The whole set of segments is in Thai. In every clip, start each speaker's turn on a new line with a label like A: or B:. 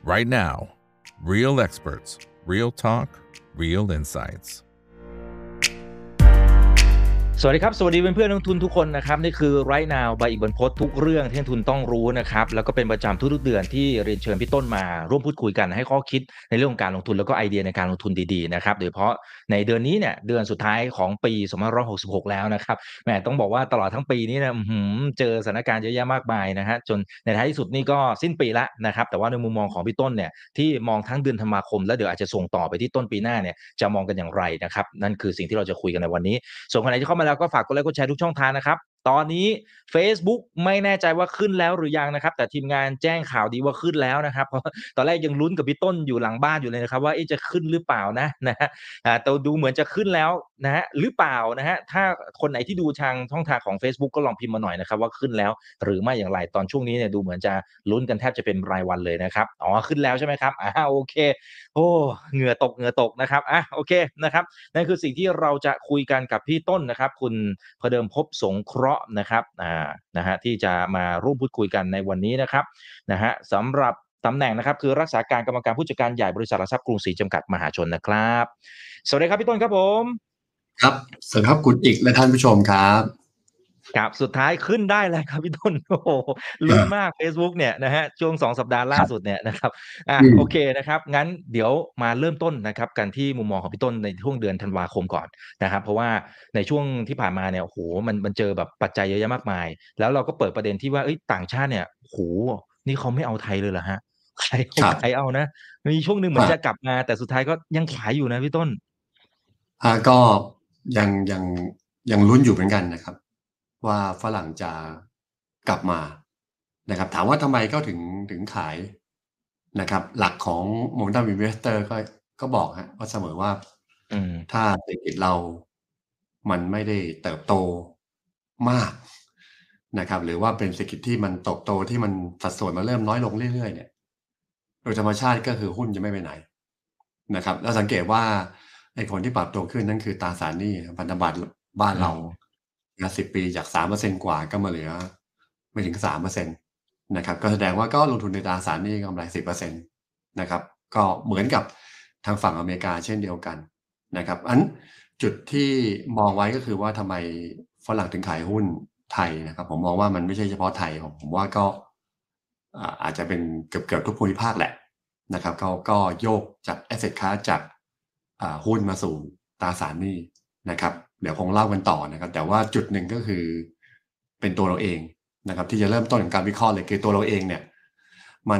A: right now. Real experts, real talk, real insights.
B: สวัสดีครับสวัสดีเพื่อนๆนักลงทุนทุกคนนะครับนี่คือ Right Now ใบอีกบรรพตทุกเรื่องที่นักลงทุนต้องรู้นะครับแล้วก็เป็นประจำทุกๆเดือนที่เรียนเชิญพี่ต้นมาร่วมพูดคุยกันให้ข้อคิดในเรื่องของการลงทุนแล้วก็ไอเดียในการลงทุนดีๆนะครับโดยเฉพาะในเดือนนี้เนี่ยเดือนสุดท้ายของปี2566แล้วนะครับแหมต้องบอกว่าตลอดทั้งปีนี้นะเจอสถานการณ์เยอะแยะมากมายนะฮะจนในท้ายที่สุดนี่ก็สิ้นปีแล้วนะครับแต่ว่าในมุมมองของพี่ต้นเนี่ยที่มองทั้งเดือนธันวาคมแล้วเดี๋ยวอาจจะส่งต่อไปที่ต้นปีหน้าเนี่ยจะมองกันอย่างไรนะครับนั่นคือสิ่งที่เราจะคุยกันในวันนี้ส่วนคนไหนที่เข้ามาแล้วก็ฝากกดไลค์กดแชร์ทุกช่องทางนะครับตอนนี้ Facebook ไม่แน่ใจว่าขึ้นแล้วหรือยังนะครับแต่ทีมงานแจ้งข่าวดีว่าขึ้นแล้วนะครับเพราะตอนแรกยังลุ้นกับพี่ต้นอยู่หลังบ้านอยู่เลยนะครับว่าจะขึ้นหรือเปล่านะฮะแต่ดูเหมือนจะขึ้นแล้วนะฮะหรือเปล่านะฮะถ้าคนไหนที่ดูทางช่องทางของ Facebook ก็ลองพิมพ์มาหน่อยนะครับว่าขึ้นแล้วหรือไม่อย่างไรตอนช่วงนี้เนี่ยดูเหมือนจะลุ้นกันแทบจะเป็นรายวันเลยนะครับอ๋อขึ้นแล้วใช่ไหมครับโอเคโอ้เหงื่อตกนะครับโอเคนะครับนั่นคือสิ่งที่เราจะคุยกันกับพี่ต้นนะครับคุณพเดิมภพสงเคราะห์นะครับนะฮะที่จะมาร่วมพูดคุยกันในวันนี้นะครับนะฮะสำหรับตำแหน่งนะครับคือรักษาการกรรมการผู้จัดการใหญ่บริษัทหลักทรัพย์กรุงศรีจำกัดมหาชนนะครับสวัสดีครับพี่ต้นครับผม
C: ครับสวัสดีครับคุณอีกและท่านผู้ชมครับ
B: ครับสุดท้ายขึ้นได้แล้วครับพี่ต้นโอ้โหลุ้นมาก Facebook เนี่ยนะฮะช่วง2สัปดาห์ล่าสุดเนี่ยนะครับโอเคนะครับงั้นเดี๋ยวมาเริ่มต้นนะครับกันที่มุมมองของพี่ต้นในช่วงเดือนธันวาคมก่อนนะครับเพราะว่าในช่วงที่ผ่านมาเนี่ยโอ้โหมันเจอแบบปัจจัยเยอะแยะมากมายแล้วเราก็เปิดประเด็นที่ว่าต่างชาติเนี่ยโอ้โหนี่เขาไม่เอาไทยเลยเหรอฮะใครเอานะมีช่วงหนึ่งเหมือนจะกลับมาแต่สุดท้ายก็ยังขายอยู่นะพี่ต้น
C: ก็ยังลุ้นอยู่เหมือนกันนะครับว่าฝรั่งจะกลับมานะครับถามว่าทำไมก็ถึงขายนะครับหลักของ Momentum Investor ก็บอกฮะว่าเสมอว่าถ้าเศรษฐกิจเรามันไม่ได้เติบโตมากนะครับหรือว่าเป็นเศรษฐกิจที่มันเติบโตที่มันสัดส่วนมันเริ่มน้อยลงเรื่อยๆเนี่ยโดยธรรมชาติก็คือหุ้นจะไม่ไปไหนนะครับแล้วสังเกตว่าไอ้คนที่ปรับตัวขึ้นนั่นคือตราสารหนี้พันธบัตรบ้านเรา10 ปีจาก 3% กว่าก็มาเหลือไม่ถึง 3% นะครับก็แสดงว่าก็ลงทุนในตราสารหนี้กำไร 10% นะครับก็เหมือนกับทางฝั่งอเมริกาเช่นเดียวกันนะครับจุดที่มองไว้ก็คือว่าทำไมฝรั่งถึงขายหุ้นไทยนะครับผมมองว่ามันไม่ใช่เฉพาะไทยผมว่าก็อาจจะเป็นเกือบทุกภูมิภาคแหละนะครับก็โยกจาก asset class จากหุ้นมาสู่ตราสารหนี้นะครับเดี๋ยวคงเล่ากันต่อนะครับแต่ว่าจุดหนึ่งก็คือเป็นตัวเราเองนะครับที่จะเริ่มต้นของการวิเคราะห์เลยคือตัวเราเองเนี่ยมัน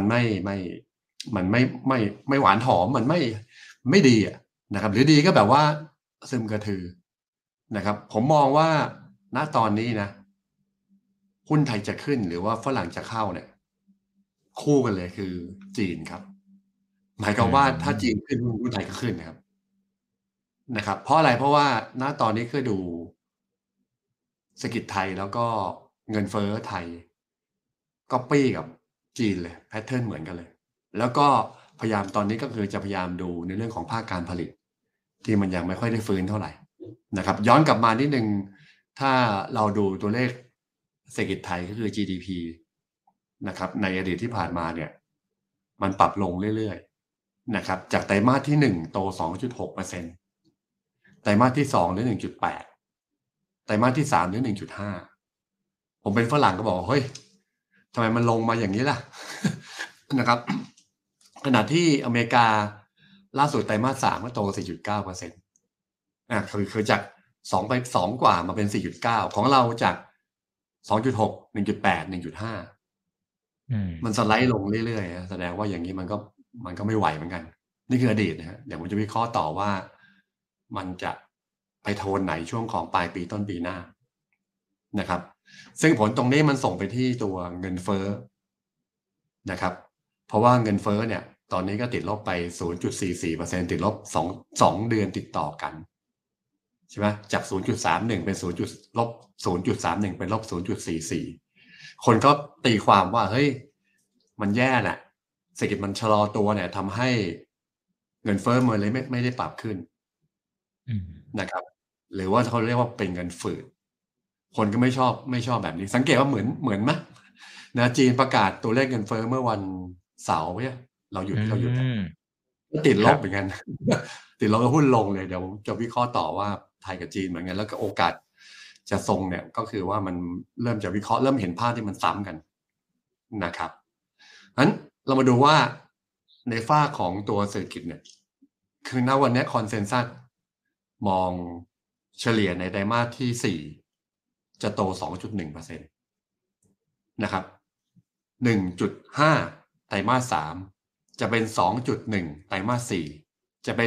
C: ไม่หวานหอมมันไม่ดีนะครับหรือดีก็แบบว่าซึมกระทือนะครับผมมองว่าณตอนนี้นะหุ้นไทยจะขึ้นหรือว่าฝรั่งจะเข้าเนี่ยคู่กันเลยคือจีนครับหมายความว่าถ้าจีนขึ้นหุ้นไทยก็ขึ้นนะครับเพราะอะไรเพราะว่าณตอนนี้คือดูเศรษฐกิจไทยแล้วก็เงินเฟ้อไทยก็ปี้กับจีนเลยแพทเทิร์นเหมือนกันเลยแล้วก็พยายามตอนนี้ก็คือจะพยายามดูในเรื่องของภาคการผลิตที่มันยังไม่ค่อยได้ฟื้นเท่าไหร่นะครับย้อนกลับมานิดนึงถ้าเราดูตัวเลขเศรษฐกิจไทยก็คือ GDP นะครับในอดีตที่ผ่านมาเนี่ยมันปรับลงเรื่อยๆนะครับจากไตรมาสที่1โต 2.6%ไตรมาสที่2เหลือ 1.8 ไตรมาสที่3เหลือ 1.5 ผมเป็นฝรั่งก็บอกเฮ้ยทำไมมันลงมาอย่างนี้ล่ะนะครับขณะที่อเมริกาล่าสุดไตรมาส3ก็โต 4.9% คือจาก2ไป2กว่ามาเป็น 4.9 ของเราจาก 2.6 1.8 1.5 มันสไลด์ลงเรื่อยๆแสดงว่าอย่างนี้มันก็ไม่ไหวเหมือนกันนี่คืออดีตนะฮะเดี๋ยวผมจะวิเคราะห์ต่อว่ามันจะไปโทนไหนช่วงของปลายปีต้นปีหน้านะครับซึ่งผลตรงนี้มันส่งไปที่ตัวเงินเฟ้อนะครับเพราะว่าเงินเฟ้อเนี่ยตอนนี้ก็ติดลบไป 0.44% ติดลบ2เดือนติดต่อกันใช่ไหมจาก 0.31 เป็นลบ 0.31 เป็นลบ 0.44 คนก็ตีความว่าเฮ้ยมันแย่แหละเศรษฐกิจมันชะลอตัวเนี่ยทำให้เงินเฟ้อมันเลยไม่ได้ปรับขึ้นนะครับหรือว่าเขาเรียกว่าเป็นเงินฝืดคนก็ไม่ชอบแบบนี้สังเกตว่าเหมือนไหมนะจีนประกาศตัวเลขเงินเฟ้อเมื่อวันเสาร์เนี่ยเราหยุด
B: อื
C: ที่เราหยุดนะ
B: ม
C: ก็ติด
B: ค
C: ล
B: รั
C: บบ เหมือนกัน ติดลบแล้วหุ้นลงเลย เดี๋ยวจะวิเคราะห์ต่อว่าไทยกับจีนเหมือนกัน แล้วก็โอกาสจะทรงเนี่ย ก็คือว่ามันเริ่มจะวิเคราะห์เริ่มเห็นภาพที่มันซ้ำกันนะครับงั้นเรามาดูว่าในฝ้าของตัวเศรษฐกิจเนี่ย คือณวันนี้คอนเซนแซสมองเฉลี่ยในไตรมาสที่ 4 จะโต 2.1% นะครับ 1.5 ไตรมาส 3 จะเป็น 2.1 ไตรมาส 4 จะเป็น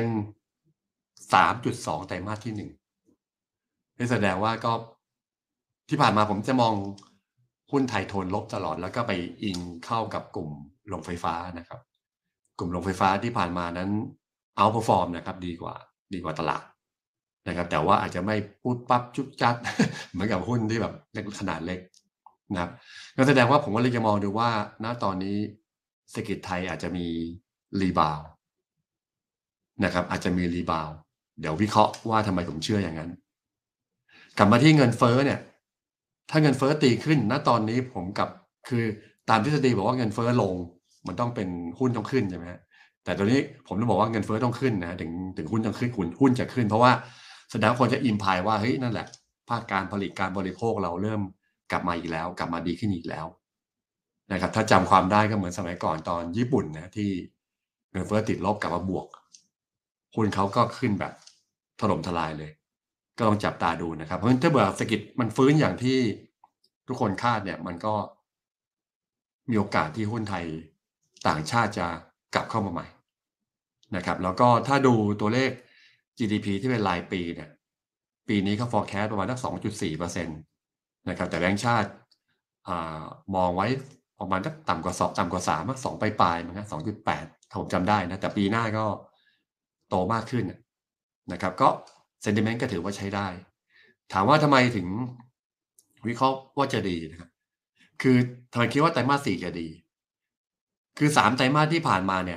C: 3.2 ไตรมาสที่ 1นี่แสดงว่าก็ที่ผ่านมาผมจะมองหุ้นไทยโทนลบตลอดแล้วก็ไปอิงเข้ากับกลุ่มโรงไฟฟ้านะครับกลุ่มโรงไฟฟ้าที่ผ่านมานั้นเอาท์เพอร์ฟอร์มนะครับดีกว่าตลาดนะครับแต่ว่าอาจจะไม่พูดปั๊บจุดจัด เหมือนกับหุ้นที่แบบขนาดเล็กนะครับก็แสดงว่าผมก็เลยจะมองดูว่าณตอนนี้เศรษฐกิจไทยอาจจะมีรีบาวนะครับอาจจะมีรีบาวเดี๋ยววิเคราะห์ว่าทำไมผมเชื่ออย่างนั้นกลับมาที่เงินเฟ้อเนี่ยถ้าเงินเฟ้อตีขึ้นณตอนนี้ผมกับคือตามทฤษฎีบอกว่าเงินเฟ้อลงมันต้องเป็นหุ้นต้องขึ้นใช่ไหมแต่ตอนนี้ผมต้องบอกว่าเงินเฟ้อต้องขึ้นนะถึงหุ้นต้องขึ้นหุ้นจะขึ้นเพราะว่าแสดงว่าคนจะอิมพายว่าเฮ้ยนั่นแหละภาคการผลิตการบริโภคเราเริ่มกลับมาอีกแล้วกลับมาดีขึ้นอีกแล้วนะครับถ้าจำความได้ก็เหมือนสมัยก่อนตอนญี่ปุ่นนะที่เงินเฟ้อติดลบกลับมาบวกหุ้นเขาก็ขึ้นแบบถล่มทลายเลยก็ต้องจับตาดูนะครับเพราะฉะนั้นถ้าเกิดเศรษฐกิจมันฟื้นอย่างที่ทุกคนคาดเนี่ยมันก็มีโอกาสที่หุ้นไทยต่างชาติจะกลับเข้ามาใหม่นะครับแล้วก็ถ้าดูตัวเลข GDP ที่เป็นรายปีเนี่ยปีนี้เขา forecast ประมาณสัก 2.4% นะครับแต่แบงก์ชาติมองไว้ประมาณสักต่ำกว่า3 2 ปลายๆมั้งนะ 2.8 ถ้าผมจำได้นะแต่ปีหน้าก็โตมากขึ้นนะครับก็ sentiment ก็ถือว่าใช้ได้ถามว่าทำไมถึงวิเคราะห์ว่าจะดีนะครับคือทำไมคิดว่าไตรมาส 4 จะดีคือ3ไตรมาสที่ผ่านมาเนี่ย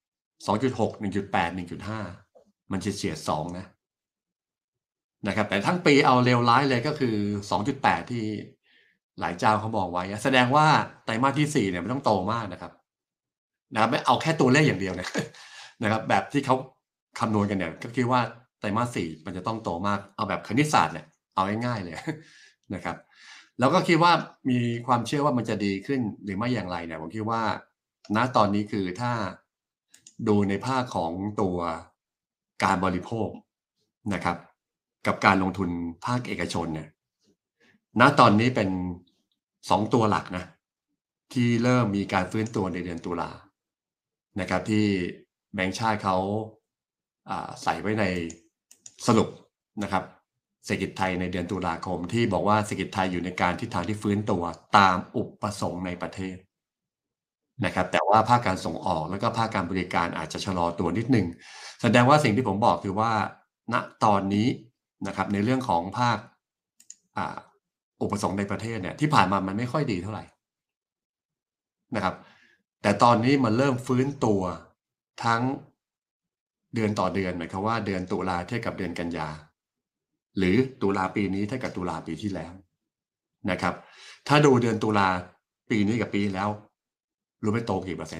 C: 2.6 1.8 1.5 มันเฉียด 2 นะครับแต่ทั้งปีเอาเลวร้ายเลยก็คือ 2.8 ที่หลายเจ้าเขาบอกไว้แสดงว่าไตรมาสที่ 4 เนี่ยมันต้องโตมากนะครับไม่เอาแค่ตัวเลขอย่างเดียวนะครับแบบที่เขาคำนวณกันเนี่ยก็คิดว่าไตรมาส 4 มันจะต้องโตมากเอาแบบคณิตศาสตร์เนี่ยเอาง่ายๆเลยนะครับแล้วก็คิดว่ามีความเชื่อว่ามันจะดีขึ้นหรือไม่อย่างไรเนี่ยผมคิดว่าณตอนนี้คือถ้าดูในภาคของตัวการบริโภคนะครับกับการลงทุนภาคเอกชนเนี่ยณตอนนี้เป็น2ตัวหลักนะที่เริ่มมีการฟื้นตัวในเดือนตุลานะครับที่แบงก์ชาติเขาใส่ไว้ในสรุปนะครับเศรษฐกิจไทยในเดือนตุลาคมที่บอกว่าเศรษฐกิจไทยอยู่ในการทิศทางที่ฟื้นตัวตามอุปสงค์ในประเทศนะครับแต่ว่าภาคการส่งออกแล้วก็ภาคการบริการอาจจะชะลอตัวนิดนึงแสดงว่าสิ่งที่ผมบอกคือว่าณตอนนี้นะครับในเรื่องของภาคอุปสงค์ในประเทศเนี่ยที่ผ่านมามันไม่ค่อยดีเท่าไหร่นะครับแต่ตอนนี้มันเริ่มฟื้นตัวทั้งเดือนต่อเดือนหมายความว่าเดือนตุลาเทียบกับเดือนกันยาหรือตุลาปีนี้เทียบกับตุลาปีที่แล้วนะครับถ้าดูเดือนตุลาปีนี้กับปีที่แล้วรู้ไหมโตกี่เปอร์เซ็นต์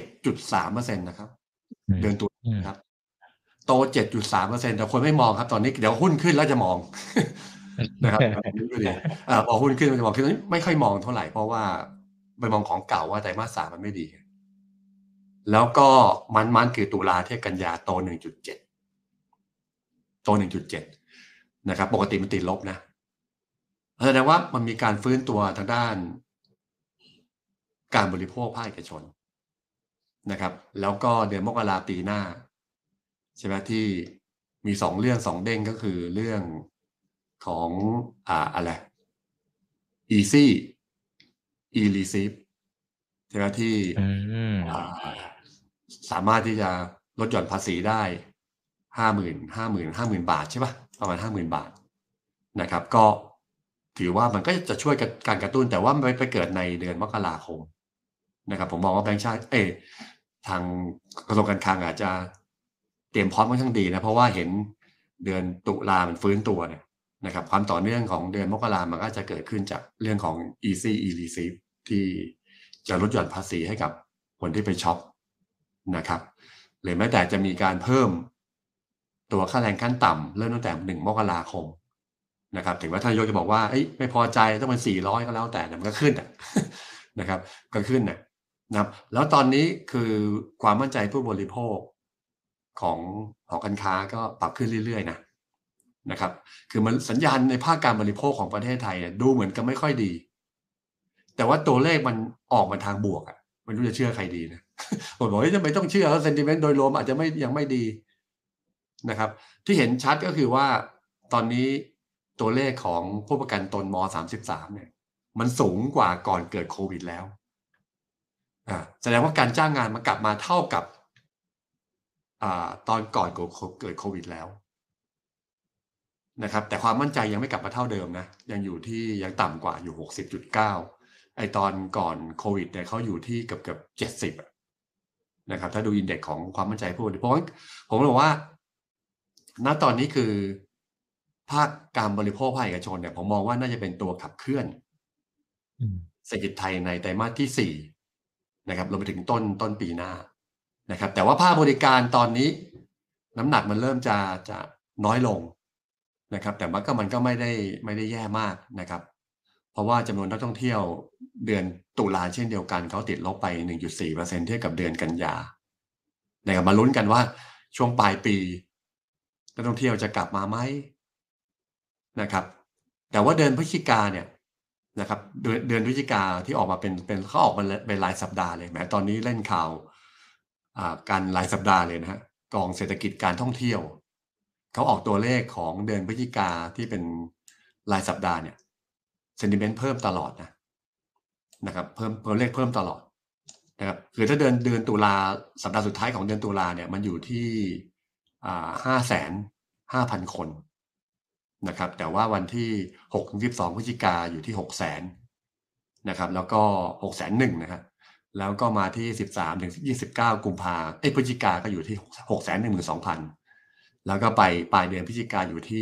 C: 7.3% นะครับเดือนตุลาครับโต 7.3% แต่คนไม่มองครับตอนนี้เดี๋ยวหุ้นขึ้นแล้วจะมองนะครับพอหุ้นขึ้นมันจะมองคือไม่ค่อยมองเท่าไหร่เพราะว่าไปมองของเก่าว่าไตรมาส 3มันไม่ดีแล้วก็มันคือตุลาเทียบกันยาโต 1.7 โต 1.7 นะครับปกติมันติดลบนะแสดงว่ามันมีการฟื้นตัวทางด้านการบริโภคภาคเอกชนนะครับแล้วก็เดือนมกราปีหน้าใช่ไหมที่มี2เรื่อง2เด้งก็คือเรื่องของอะไร easy e-receive ใช่ไหมที่สามารถที่จะลดหย่อนภาษีได้ 50,000 บาทใช่ป่ะประมาณ 50,000 บาทนะครับก็ถือว่ามันก็จะช่วยการกระตุ้นแต่ว่าไปเกิดในเดือนมกราคมนะครับผมมองว่าแบงก์ชาติทางกระทรวงการคลังอาจจะเตรียมพร้อมค่อนข้างดีนะเพราะว่าเห็นเดือนตุลามันฟื้นตัวเนี่ยนะครับความต่อเนื่องของเดือนมกรามันก็จะเกิดขึ้นจากเรื่องของ easy e-receive ที่จะลดหย่อนภาษีให้กับคนที่ไปช็อปนะครับหรือแม้แต่จะมีการเพิ่มตัวค่าแรงขั้นต่ำเริ่มตั้งแต่1 มกราคมนะครับถึงว่าท่านนายกจะบอกว่าไม่พอใจต้องเป็น400ก็แล้วแต่มันก็ขึ้นนะครับก็ขึ้นนะครับแล้วตอนนี้คือความมั่นใจผู้บริโภคของหอการค้าก็ปรับขึ้นเรื่อยๆนะครับคือมันสัญญาณในภาคการบริโภคของประเทศไทยดูเหมือนกับไม่ค่อยดีแต่ว่าตัวเลขมันออกมาทางบวกไม่รู้จะเชื่อใครดีนะ ผมบอกทำไมต้องเชื่อแล้วเซนติเมนต์โดยรวมอาจจะยังไม่ดีนะครับที่เห็นชัดก็คือว่าตอนนี้ตัวเลขของผู้ประกันตนม.33เนี่ยมันสูงกว่าก่อนเกิดโควิดแล้วแสดงว่าการจ้างงานมันกลับมาเท่ากับตอนก่อนเกิดโควิดแล้วนะครับแต่ความมั่นใจยังไม่กลับมาเท่าเดิมนะยังต่ำกว่าอยู่ 60.9 ตอนก่อนโควิดเนี่ยเขาอยู่ที่เกือบ70นะครับถ้าดูอินเด็กซ์ของความมั่นใจผู้บริโภคผมบอกว่าณตอนนี้คือภาคการบริโภคภาคเอกชนเนี่ยผมมองว่าน่าจะเป็นตัวขับเคลื่อนเศรษฐกิจไทยในไตรมาสที่4นะครับรวมไปถึงต้นปีหน้านะครับแต่ว่าภาคบริการตอนนี้น้ำหนักมันเริ่มจะน้อยลงนะครับแต่มันก็ไม่ได้แย่มากนะครับเพราะว่าจำนวนนักท่องเที่ยวเดือนตุลาเช่นเดียวกันเขาติดลบไป 1.4% เทียบกับเดือนกันยานะครับมาลุ้นกันว่าช่วงปลายปีนักท่องเที่ยวจะกลับมาไหมนะครับแต่ว่าเดือนพฤศจิกาเนี่ยนะครับเดือนพฤศจิกาที่ออกมาเป็นเขาออกมาเป็นรายสัปดาห์เลยแม้ตอนนี้เล่นข่าวการรายสัปดาห์เลยนะฮะกองเศรษฐกิจการท่องเที่ยวเขาออกตัวเลขของเดือนพฤศจิกาที่เป็นรายสัปดาห์เนี่ยเซนติเมนต์เพิ่มตลอดนะครับเพิ่มเลขเพิ่มตลอดนะครับคือถ้าเดือนตุลาสัปดาห์สุดท้ายของเดือนตุลาเนี่ยมันอยู่ที่550,000 คนนะครับแต่ว่าวันที่6-12 พฤศจิกาอยู่ที่ 600,000 นะครับแล้วก็ 601,000 นะครับแล้วก็มาที่13-29 กุมภาพฤศจิกาก็อยู่ที่ 612,000 แล้วก็ไปปลายเดือนพฤศจิกาอยู่ที่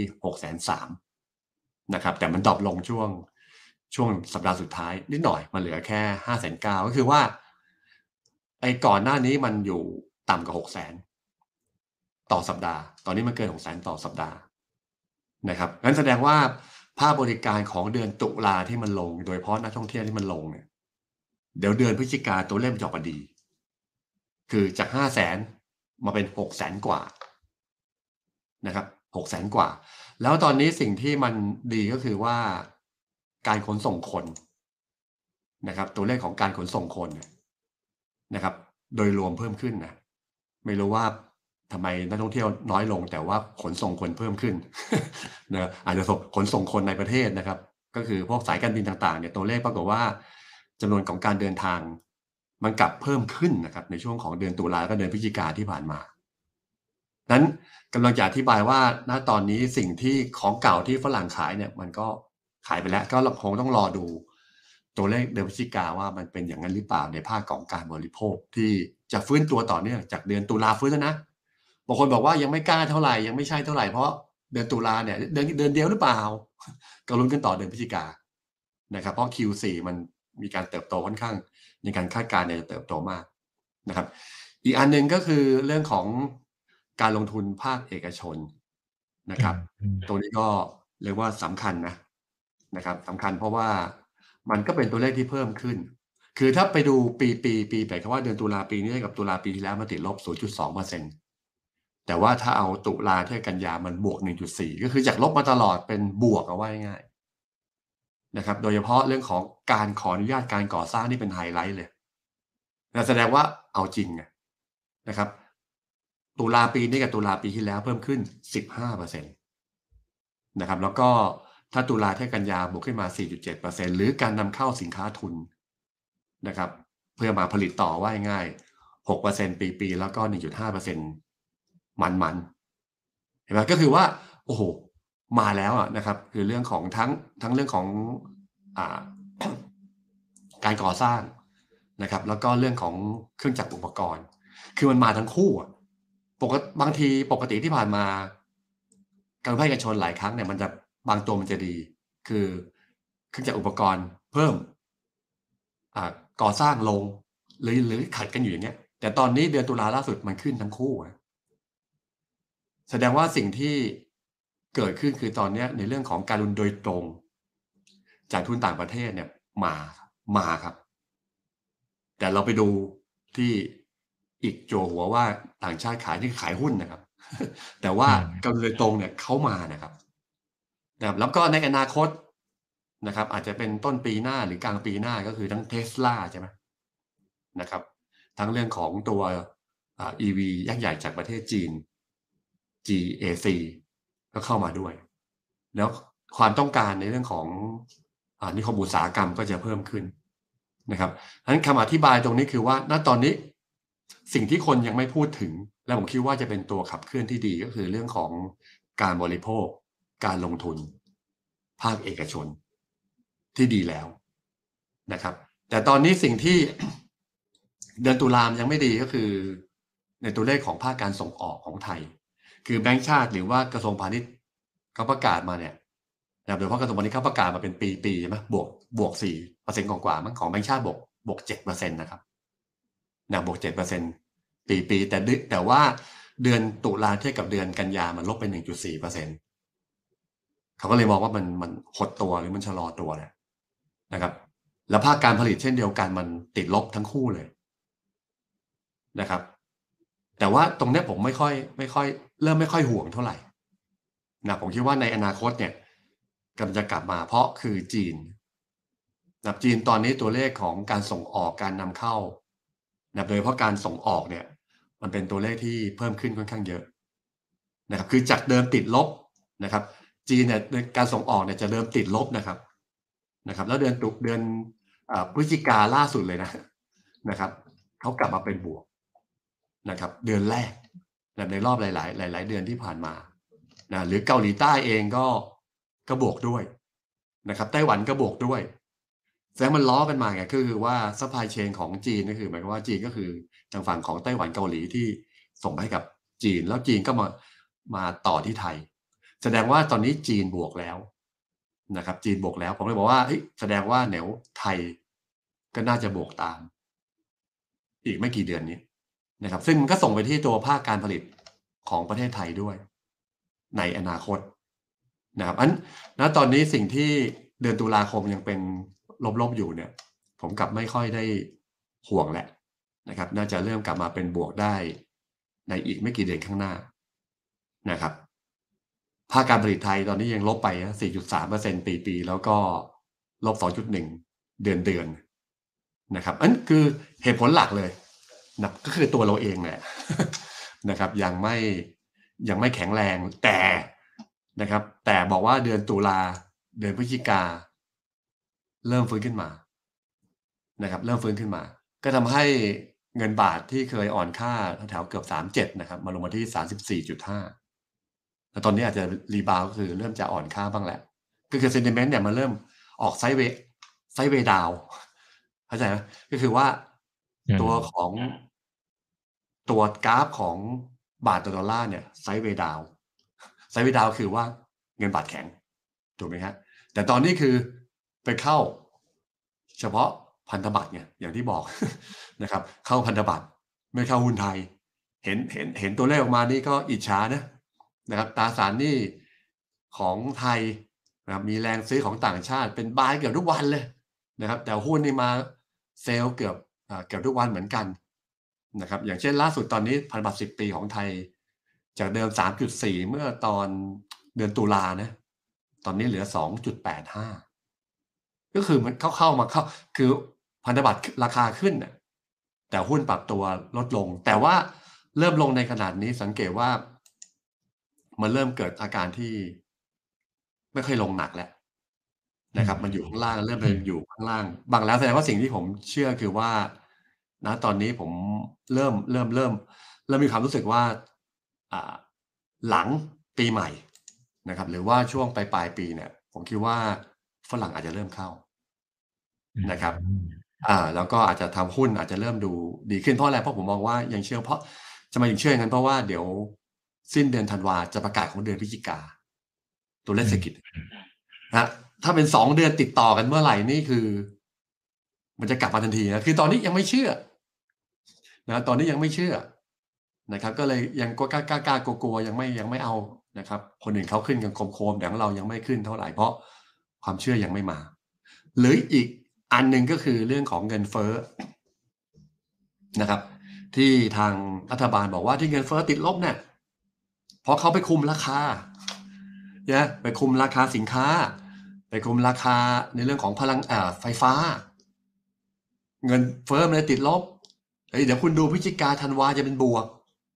C: 603,000 นะครับแต่มันดรอปลงช่วงสัปดาห์สุดท้ายนิดหน่อยมาเหลือแค่ 509,000 ก็คือว่าก่อนหน้านี้มันอยู่ต่ำกว่า 600,000 ต่อสัปดาห์ตอนนี้มันเกิน 600,000 ต่อสัปดาห์นะครับงั้นแสดงว่าภาคบริการของเดือนตุลาที่มันลงโดยเฉพาะนักท่องเที่ยวที่มันลงเนี่ยเดี๋ยวเดือนพฤศจิกาตัวเลขจะออกมาดีคือจาก 500,000 มาเป็น 600,000 กว่านะครับ 600,000 กว่าแล้วตอนนี้สิ่งที่มันดีก็คือว่าการขนส่งคนนะครับตัวเลขของการขนส่งคนนะครับโดยรวมเพิ่มขึ้นนะไม่รู้ว่าทำไมนักท่องเที่ยวน้อยลงแต่ว่าขนส่งคนเพิ่มขึ้น นะอาจจะขนส่งคนในประเทศนะครับก็คือพวกสายการบินต่างๆเนี่ยตัวเลขปรากฏว่าจำนวนของการเดินทางมันกลับเพิ่มขึ้นนะครับในช่วงของเดือนตุลาและเดือนพฤศจิกาที่ผ่านมานั้นกำลังจะอธิบายว่าณตอนนี้สิ่งที่ของเก่าที่ฝรั่งขายเนี่ยมันก็ขายไปแล้วก็คงต้องรอดูตัวเลขเดือนพฤศจิกาว่ามันเป็นอย่างนั้นหรือเปล่าในภาคของการบริโภคที่จะฟื้นตัวต่อเนื่องจากเดือนตุลาฟื้นแล้วนะบางคนบอกว่ายังไม่กล้าเท่าไหร่ยังไม่ใช่เท่าไหร่เพราะเดือนตุลาเนี่ยเดือนเดียวหรือเปล่าก็ลุ้นกันต่อเดือนพฤศจิกานะครับเพราะ Q4 มันมีการเติบโตค่อนข้างในการคาดการณ์เนี่ยจะเติบโตมากนะครับอีกอันนึงก็คือเรื่องของการลงทุนภาคเอกชนนะครับตรงนี้ก็เรียกว่าสำคัญนะครับสำคัญเพราะว่ามันก็เป็นตัวเลขที่เพิ่มขึ้นคือถ้าไปดูปีหมายความว่าเดือนตุลาปีนี้กับตุลาปีที่แล้วมันติดลบ 0.2% แต่ว่าถ้าเอาตุลาเทียบกันยามันบวก 1.4 ก็คือจากลบมาตลอดเป็นบวกเอาไว้ง่ายนะครับโดยเฉพาะเรื่องของการขออนุญาตการก่อสร้างนี่เป็นไฮไลท์เลยแสดงว่าเอาจริงนะครับตุลาปีนี้กับตุลาปีที่แล้วเพิ่มขึ้น 15% นะครับแล้วก็ถ้าตุลาเทียบกันยาบวกขึ้นมา 4.7% หรือการนำเข้าสินค้าทุนนะครับเพื่อมาผลิตต่อว่าง่าย 6% ปีแล้วก็ 1.5% มันเห็นไหมก็คือว่าโอ้โหมาแล้วนะครับคือเรื่องของทั้งเรื่องของการก่อสร้างนะครับแล้วก็เรื่องของเครื่องจักรอุปกรณ์คือมันมาทั้งคู่บางทีปกติที่ผ่านมาการภาคเอกชนหลายครั้งเนี่ยมันจะบางตัวมันจะดีคือเครื่องจักรอุปกรณ์เพิ่มก่อสร้างลงหรือขัดกันอยู่อย่างเงี้ยแต่ตอนนี้เดือนตุลาล่าสุดมันขึ้นทั้งคู่แสดงว่าสิ่งที่เกิดขึ้นคือตอนนี้ในเรื่องของการลงทุนโดยตรงจากทุนต่างประเทศเนี่ยมาครับแต่เราไปดูที่อีกโจหัวว่าต่างชาติขายนี่ขายหุ้นนะครับ แต่ว่าการลงทุนโดยตรงเนี่ยเขามานะครับแล้วก็ในอนาคตนะครับอาจจะเป็นต้นปีหน้าหรือกลางปีหน้าก็คือทั้ง Tesla ใช่ไหมนะครับทั้งเรื่องของตัวEV ยักษ์ใหญ่จากประเทศจีน GAC ก็เข้ามาด้วยแล้วความต้องการในเรื่องของนิคมอุตสาหกรรมก็จะเพิ่มขึ้นนะครับฉะนั้นคำอธิบายตรงนี้คือว่าณตอนนี้สิ่งที่คนยังไม่พูดถึงและผมคิดว่าจะเป็นตัวขับเคลื่อนที่ดีก็คือเรื่องของการบริโภคการลงทุนภาคเอกชนที่ดีแล้วนะครับแต่ตอนนี้สิ่งที่ เดือนตุลายังไม่ดีก็คือในตัวเลขของภาคการส่งออกของไทยคือแบงก์ชาติหรือว่ากระทรวงพาณิชย์เขาประกาศมาเนี่ยโดยเฉพาะกระทรวงพาณิชย์เขาประกาศมาเป็นปีใช่ไหมบวก4%กว่าๆมั้งของแบงก์ชาติบวก 7% นะครับบวก 7% ปีแต่ว่าเดือนตุลาเทียบกับเดือนกันยามันลบไป 1.4% เขาก็เลยมองว่ามันหดตัวหรือมันชะลอตัวนะครับแล้วภาคการผลิตเช่นเดียวกันมันติดลบทั้งคู่เลยนะครับแต่ว่าตรงนี้ผมไม่ค่อยเริ่มไม่ค่อยห่วงเท่าไหร่นะผมคิดว่าในอนาคตเนี่ยกำลังจะกลับมาเพราะคือจีนนะจีนตอนนี้ตัวเลขของการส่งออกการนำเข้านะโดยเฉพาะการส่งออกเนี่ยมันเป็นตัวเลขที่เพิ่มขึ้นค่อนข้างเยอะนะครับคือจากเดิมติดลบนะครับจีนเนี่ยการส่งออกเนี่ยจะเดิมติดลบนะครับแล้วเดือนพฤศจิกาล่าสุดเลยนะครับเขากลับมาเป็นบวกนะครับเดือนแรกในรอบหลายเดือนที่ผ่านมาหรือเกาหลีใต้เองก็บวกด้วยนะครับไต้หวันก็บวกด้วยแสดงมันล้อกันมาไงคือว่าซัพพลายเชนของจีนก็คือหมายความว่าจีนก็คือทางฝั่งของไต้หวันเกาหลีที่ส่งให้กับจีนแล้วจีนก็มาต่อที่ไทยแสดงว่าตอนนี้จีนบวกแล้วนะครับจีนบวกแล้วผมเลยบอกว่าแสดงว่าแนวไทยก็น่าจะบวกตามอีกไม่กี่เดือนนี้นะครับซึ่งก็ส่งไปที่ตัวภาคการผลิตของประเทศไทยด้วยในอนาคตนะครับณตอนนี้สิ่งที่เดือนตุลาคมยังเป็นลบอยู่เนี่ยผมกลับไม่ค่อยได้ห่วงแหละนะครับน่าจะเริ่มกลับมาเป็นบวกได้ในอีกไม่กี่เดือนข้างหน้านะครับภาคการผลิตไทยตอนนี้ยังลบไป 4.3% ปีแล้วก็ลบ 2.1 เดือนนะครับอันคือเหตุผลหลักเลยนะก็คือตัวเราเองแหละนะครับยังไม่แข็งแรงแต่นะครับแต่บอกว่าเดือนตุลาเดือนพฤศจิกาเริ่มฟื้นขึ้นมานะครับเริ่มฟื้นขึ้นมาก็ทำให้เงินบาทที่เคยอ่อนค่าแถวเกือบ37นะครับมาลงมาที่ 34.5 แล้วตอนนี้อาจจะรีบาวก็คือเริ่มจะอ่อนค่าบ้างแหละก็คือเซนติเมนต์เนี่ยมันเริ่มออกไซด์เวย์ดาวเข้าใจไหมก็คือว่าตัวของตัวกราฟของบาทต่อดอลลาร์เนี่ยไซด์เวย์ดาวคือว่าเงินบาทแข็งถูกไหมครับแต่ตอนนี้คือไปเข้าเฉพาะพันธบัตรเนี่ยอย่างที่บอกนะครับเข้าพันธบัตรไม่เข้าหุ้นไทยเห็นตัวเลขออกมานี่ก็อิจฉานะครับตราสารหนี้ของไทยนะครับมีแรงซื้อของต่างชาติเป็นบายเกือบทุกวันเลยนะครับแต่หุ้นนี่มาเซลล์เกือบทุกวันเหมือนกันนะครับอย่างเช่นล่าสุดตอนนี้พันธบัตร10 ปีของไทยจากเดิม 3.4 เมื่อตอนเดือนตุลานะตอนนี้เหลือ 2.85 ก็คือมันเข้าคือพันธบัตรราคาขึ้นแต่หุ้นปรับตัวลดลงแต่ว่าเริ่มลงในขนาดนี้สังเกตว่ามันเริ่มเกิดอาการที่ไม่ค่อยลงหนักแล้วนะครับมันอยู่ข้างล่างเริ่มอยู่ข้างล่างบางแล้วแสดงว่าสิ่งที่ผมเชื่อคือว่านะตอนนี้ผมเริ่มมีความรู้สึกว่าหลังปีใหม่นะครับหรือว่าช่วงปลายปีเนี่ยผมคิดว่าฝรั่งอาจจะเริ่มเข้านะครับแล้วก็อาจจะทำหุ้นอาจจะเริ่มดูดีขึ้นเพราะอะไรเพราะผมมองว่ายังเชื่อเพราะจะมาอย่างเชื่ออย่างนั้นเพราะว่าเดี๋ยวสิ้นเดือนธันวาจะประกาศของเดือนพฤศจิกาตัวเลขเศรษฐกิจนะถ้าเป็น2 เดือนติดต่อกันเมื่อไหร่นี่คือมันจะกลับมาทันทีนะคือตอนนี้ยังไม่เชื่อนะตอนนี้ยังไม่เชื่อนะครับก็เลยยังกล้ากลัวยังไม่เอานะครับคนอื่นเขาขึ้นกันโคมๆแต่ของเรายังไม่ขึ้นเท่าไหร่เพราะความเชื่อยังไม่มาหรืออีกอันหนึ่งก็คือเรื่องของเงินเฟ้อนะครับที่ทางรัฐบาลบอกว่าที่เงินเฟ้อติดลบเนี่ยเพราะเขาไปคุมราคาเนี่ยไปคุมราคาสินค้าไปคุมราคาในเรื่องของพลังไฟฟ้าเงินเฟ้อมันเลยติดลบเดี๋ยวคุณดูพฤศจิกาธันวาจะเป็นบวก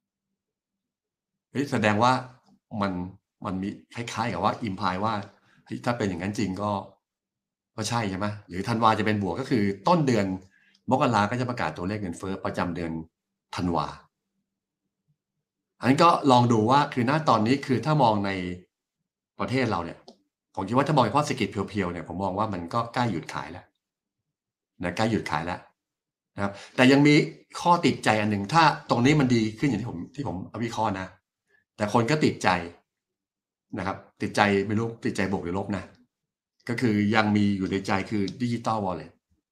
C: แสดงว่ามันมีคล้ายๆกับว่าอิมพายว่าถ้าเป็นอย่างนั้นจริงก็ใช่ใช่ไหมหรือธันวาจะเป็นบวกก็คือต้นเดือนมกราก็จะประกาศตัวเลขเงินเฟ้อประจำเดือนธันวาอันนี้ก็ลองดูว่าคือณตอนนี้คือถ้ามองในประเทศเราเนี่ยผมคิดว่าถ้ามองเฉพาะเศรษฐกิจเพียวๆเนี่ยผมมองว่ามันก็ใกล้หยุดขายแล้วนะใกล้หยุดขายแล้วนะครับแต่ยังมีข้อติดใจอันหนึ่งถ้าตรงนี้มันดีขึ้นอย่างที่ผมวิเคราะห์นะแต่คนก็ติดใจนะครับติดใจไม่รู้ติดใจบวกหรือลบนะก็คือยังมีอยู่ในใจคือดิจิตอลวอลเล็ต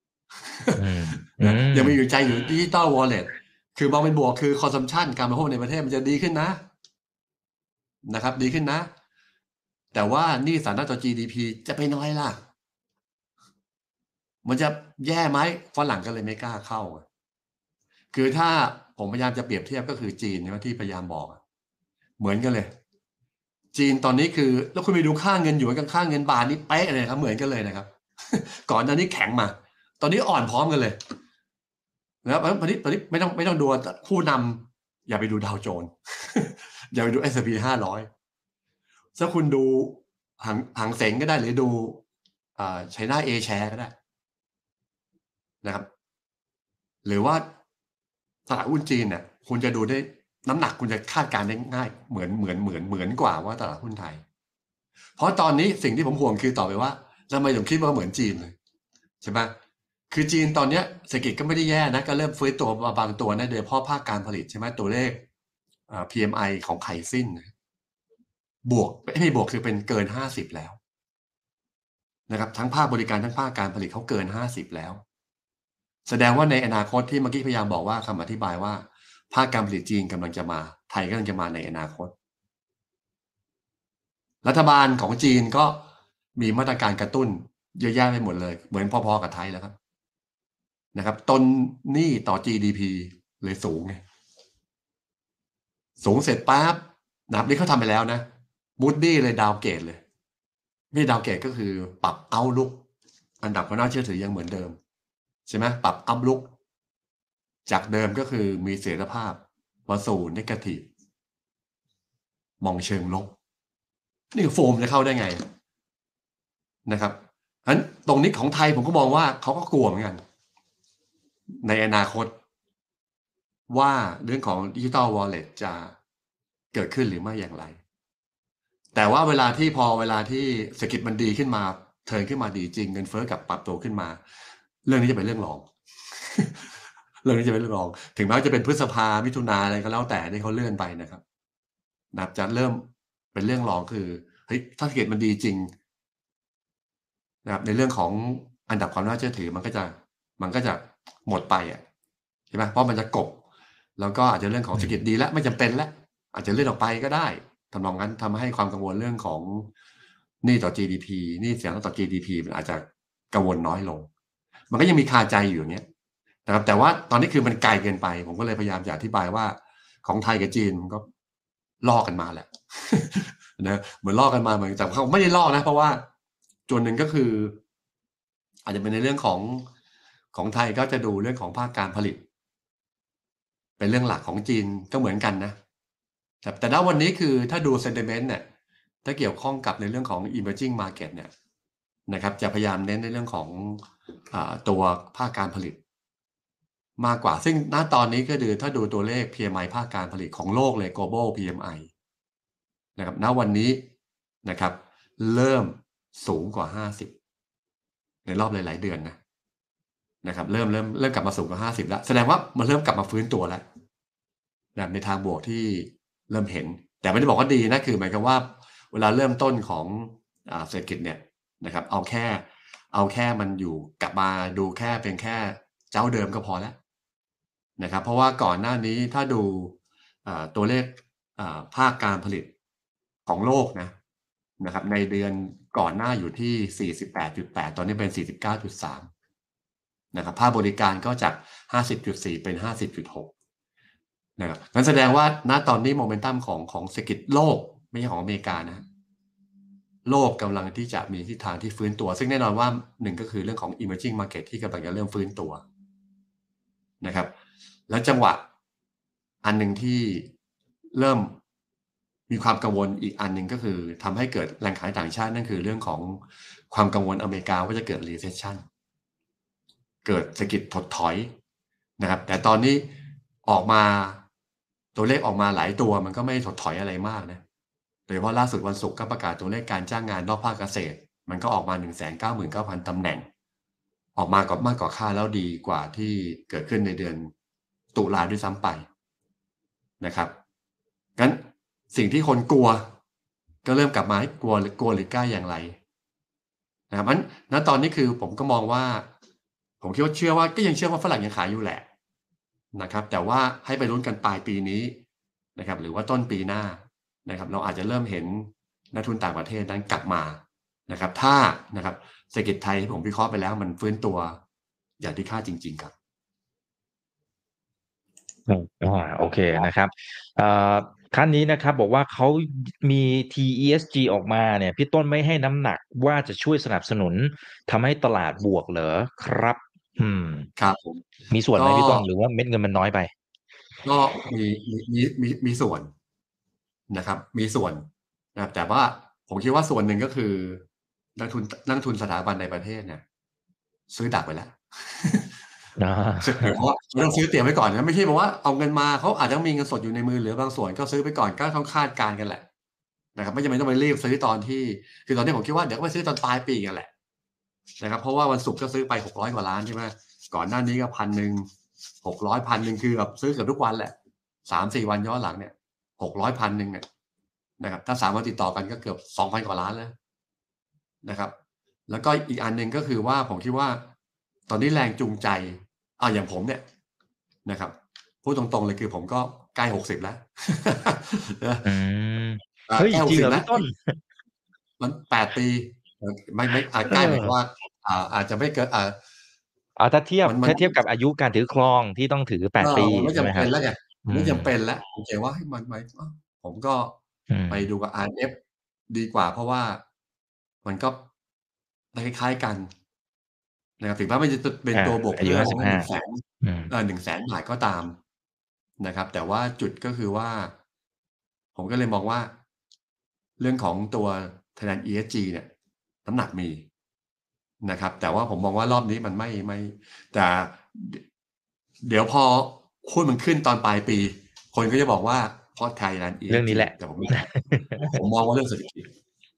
C: ยังมีอยู่ใจอยู่ดิจิตอลวอลเล็ตคือมองเป็นบวกคือคอนซัมชันการบริโภคในประเทศมันจะดีขึ้นนะครับดีขึ้นนะแต่ว่านี่สถานะต่อ GDP จะไปน้อยล่ะมันจะแย่ไหมฝรั่งก็เลยไม่กล้าเข้าคือถ้าผมพยายามจะเปรียบเทียบก็คือจีนที่พยายามบอกเหมือนกันเลยจีนตอนนี้คือแล้วคุณไปดูค่าเงินหยวนกับค่าเงินบาทนี่เป๊ะเลยครับเหมือนกันเลยนะครับ ก่อนหน้านี้แข็งมาตอนนี้อ่อนพร้อมกันเลยนะครับตอนนี้ไม่ต้องดูผู้นำอย่าไปดูดาวโจนส์ อย่าไปดู S&P 500ถ้าคุณดูหางเส็งก็ได้หรือดูChina A Share ก็ได้นะครับหรือว่าตลาดหุ้นจีนเนี่ยคุณจะดูได้น้ำหนักคุณจะคาดการณ์ได้ง่ายเหมือนกว่าว่าตลาดหุ้นไทยเพราะตอนนี้สิ่งที่ผมห่วงคือต่อไปว่าทำไมผมคิดว่าเหมือนจีนเลยใช่ไหมคือจีนตอนนี้เศรษฐกิจก็ไม่ได้แย่นะก็เริ่มฟื้นตัวมาบางตัวนะโดยเฉพาะภาคการผลิตใช่ไหมตัวเลขPMI ของไข่สิ้นบวกไม่บวกคือเป็นเกิน50แล้วนะครับทั้งภาคบริการทั้งภาคการผลิตเขาเกิน50แล้วแสดงว่าในอนาคตที่เมื่อกี้พยายามบอกว่าคำอธิบายว่าภาคการผลิตจีนกำลังจะมาไทยกำลังจะมาในอนาคตรัฐบาลของจีนก็มีมาตรการกระตุ้นเยอะแยะไปหมดเลยเหมือนพอๆกับไทยแล้วครับนะครับต้นหนี้ต่อ GDP เลยสูงไงสูงเสร็จปั๊บนะครับนี่เขาทำไปแล้วนะมูดดี้เลยดาวเกรดเลยไม่ดาวเกรดก็คือปรับเอาลุกอันดับความน่าเชื่อถือยังเหมือนเดิมใช่ไหมปรับอัพลุกจากเดิมก็คือมีเสถียรภาพมาสู่เนกาทีฟมองเชิงลบนี่โฟมจะเข้าได้ไงนะครับฉะนั้นตรงนี้ของไทยผมก็มองว่าเขาก็กลัวเหมือนกันในอนาคตว่าเรื่องของดิจิตอลวอลเล็ตจะเกิดขึ้นหรือไม่อย่างไรแต่ว่าเวลาที่เศรษฐกิจมันดีขึ้นมาเทิร์นขึ้นมาดีจริงเงินเฟ้อกับปรับตัวขึ้นมาเรื่องนี้จะเป็นเรื่องรอง เรื่องนี้จะเป็นเรื่องรองถึงแม้ว่าจะเป็นพฤษภามิถุนาอะไรก็แล้วแต่ที่เขาเลื่อนไปนะครับจะเริ่มเป็นเรื่องรองคือเฮ้ยถ้าเศรษฐกิจมันดีจริงนะครับในเรื่องของอันดับความน่าเชื่อถือมันก็จะหมดไปใช่ไหมเพราะมันจะกบแล้วก็อาจจะเรื่องของเศรษฐกิจดีแล้วไม่จำเป็นแล้วอาจจะเลื่อนออกไปก็ได้ทำนองนั้นทำให้ความกังวลเรื่องของหนี้ต่อ GDP หนี้เสียงต่อ GDP มันอาจจะกังวลน้อยลงมันก็ยังมีคาใจอยู่อย่างเงี้ยนะครับแต่ว่าตอนนี้คือมันไกลเกินไปผมก็เลยพยายามจะอธิบายว่าของไทยกับจีนมันก็ล่อกันมาแหละนะเหมือนล่อกันมาเหมือนแต่เขาไม่ได้ล่อนะเพราะว่าส่วนหนึ่งก็คืออาจจะเป็นในเรื่องของไทยก็จะดูเรื่องของภาคการผลิตเป็นเรื่องหลักของจีนก็เหมือนกันนะแต่ณวันนี้คือถ้าดู sentiment เนี่ยถ้าเกี่ยวข้องกับในเรื่องของ emerging market เนี่ยนะครับจะพยายามเน้นในเรื่องของตัวภาคการผลิตมากกว่าซึ่งณตอนนี้ก็คือถ้าดูตัวเลข PMI ภาคการผลิตของโลกเลย global PMI นะครับณวันนี้นะครับเริ่มสูงกว่า50ในรอบหลายๆเดือนนะครับเริ่มกลับมาสูงกว่า50แล้วแสดงว่ามันเริ่มกลับมาฟื้นตัวแล้วแบบในทางบวกที่เริ่มเห็นแต่ไม่ได้บอกว่าดีนะคือหมายความว่าเวลาเริ่มต้นของเศรษฐกิจเนี่ยนะครับเอาแค่มันอยู่กลับมาดูแค่เป็นแค่เจ้าเดิมก็พอแล้วนะครับเพราะว่าก่อนหน้านี้ถ้าดูตัวเลขภาคการผลิตของโลกนะครับในเดือนก่อนหน้าอยู่ที่ 48.8 ตอนนี้เป็น 49.3 นะครับภาคบริการก็จาก 50.4 เป็น 50.6 นะครับนั่นแสดงว่าณตอนนี้โมเมนตัมของเศรษฐกิจโลกไม่ใช่ของอเมริกานะโลกกำลังที่จะมีทิศทางที่ฟื้นตัวซึ่งแน่นอนว่าหนึ่งก็คือเรื่องของ emerging market ที่กำลังจะเริ่มฟื้นตัวนะครับแล้วจังหวะอันหนึ่งที่เริ่มมีความกังวลอีกอันหนึ่งก็คือทำให้เกิดแรงขายต่างชาตินั่นคือเรื่องของความกังวลอเมริกาว่าจะเกิด recession เกิดเศรษฐกิจถดถอยนะครับแต่ตอนนี้ออกมาตัวเลขออกมาหลายตัวมันก็ไม่ถดถอยอะไรมากนะโดยเฉพาะล่าสุดวันศุกร์ก็ประกาศตัวเลขการจ้างงานนอกภาคเกษตรมันก็ออกมา 199,000 ตำแหน่งออกมาก็มากกว่าคาดแล้วดีกว่าที่เกิดขึ้นในเดือนตุลาด้วยซ้ำไปนะครับงั้นสิ่งที่คนกลัวก็เริ่มกลับมาให้กลัวหรือกล้าอย่างไรนะครับงั้นณตอนนี้คือผมก็มองว่าผมคิดว่าเชื่อว่าฝรั่งยังขายอยู่แหละนะครับแต่ว่าให้ไปลุ้นกันปลายปีนี้นะครับหรือว่าต้นปีหน้านะครับเราอาจจะเริ่มเห็นนักทุนต่างประเทศนั้นกลับมานะครับถ้านะครับเศรษฐกิจไทยที่ผมวิเคราะห์ไปแล้วมันฟื้นตัวอย่างที่คาดจริงๆครับ
B: โอเคนะครับท่านนี้นะครับบอกว่าเขามี TESG ออกมาเนี่ยพี่ต้นไม่ให้น้ำหนักว่าจะช่วยสนับสนุนทำให้ตลาดบวกเหรอครับ
C: ครับผม
B: มีส่วนไหม
C: ก็
B: พี่ต้นหรือว่าเม็ดเงินมันน้อยไป
C: ก็มีส่วนนะครับมีส่วนนะครับแต่ว่าผมคิดว่าส่วนหนึ่งก็คือนักทุนสถาบันในประเทศเนี่ยซื้อดักไปแล้ว เพราะว่าเราต้องซื้อเตรียมไว้ก่อนนะไม่ใช่บอกว่าเอาเงินมาเขาอาจจะมีเงินสดอยู่ในมือหรือบางส่วนก็ซื้อไปก่อนก็ต้องคาดการณ์กันแหละนะครับไม่จำเป็นต้องไปรีบซื้อตอนที่คือตอนนี้ผมคิดว่าเดี๋ยวก็ไปซื้อตอนปลายปีกันแหละนะครับเพราะว่าวันศุกร์ก็ซื้อไป600 กว่าล้านใช่ไหมก่อนหน้านี้ก็1,000 600 1,000คือแบบซื้อเกือบทุกวันแหละ3-4 วันย้อนหลังเนี่ย600 1,000เนี่ยนะครับถ้า3 วันติดต่อกันก็เกือบ 2,000 กว่าล้านแล้วนะครับแล้วก็อีกอันหนึ่งก็คือว่าผมคิดว่าตอนนี้แรงจูงใจอย่างผมเนี่ยนะครับพูดตรงๆเลยคือผมก็ใกล้60แล้ว
B: เฮ้ย
C: ใกล้
B: จริงเหร
C: 60แล้ว
B: อพี่ต้น
C: มัน8 ปีไม่ใกล้หมายถึงว่าอาจจะไม่เกิน
B: ถ้าเทียบ
C: มัน
B: ถ้าเทียบกับอายุการถือครองที่ต้องถือ8 ปี
C: มันไม่
B: ใช่ไหมครับ
C: จำเป็นแล้วไงไม่จำเป็นแล้วผมเห็นว่าให้มันผมก็ไปดูกับ RF ดีกว่าเพราะว่ามันก็คล้ายๆกันนะครับถึงแม้มันจะเป็นตัวบวก
B: อายุ
C: เพิ่ม
B: 55
C: 100,000 บาทก็ตามนะครับแต่ว่าจุดก็คือว่าผมก็เลยมองว่าเรื่องของตัว Thailand ESG เนี่ยน้ำหนักมีนะครับแต่ว่าผมมองว่ารอบนี้มันไม่แต่เดี๋ยวพอหุ้นมันขึ้นตอนปลายปีคนก็จะบอกว่าเพราะ Thailand
B: เรื่องนี้
C: ESG
B: แหละ
C: แต่ผมมองว่าเรื่องเศรษฐกิจ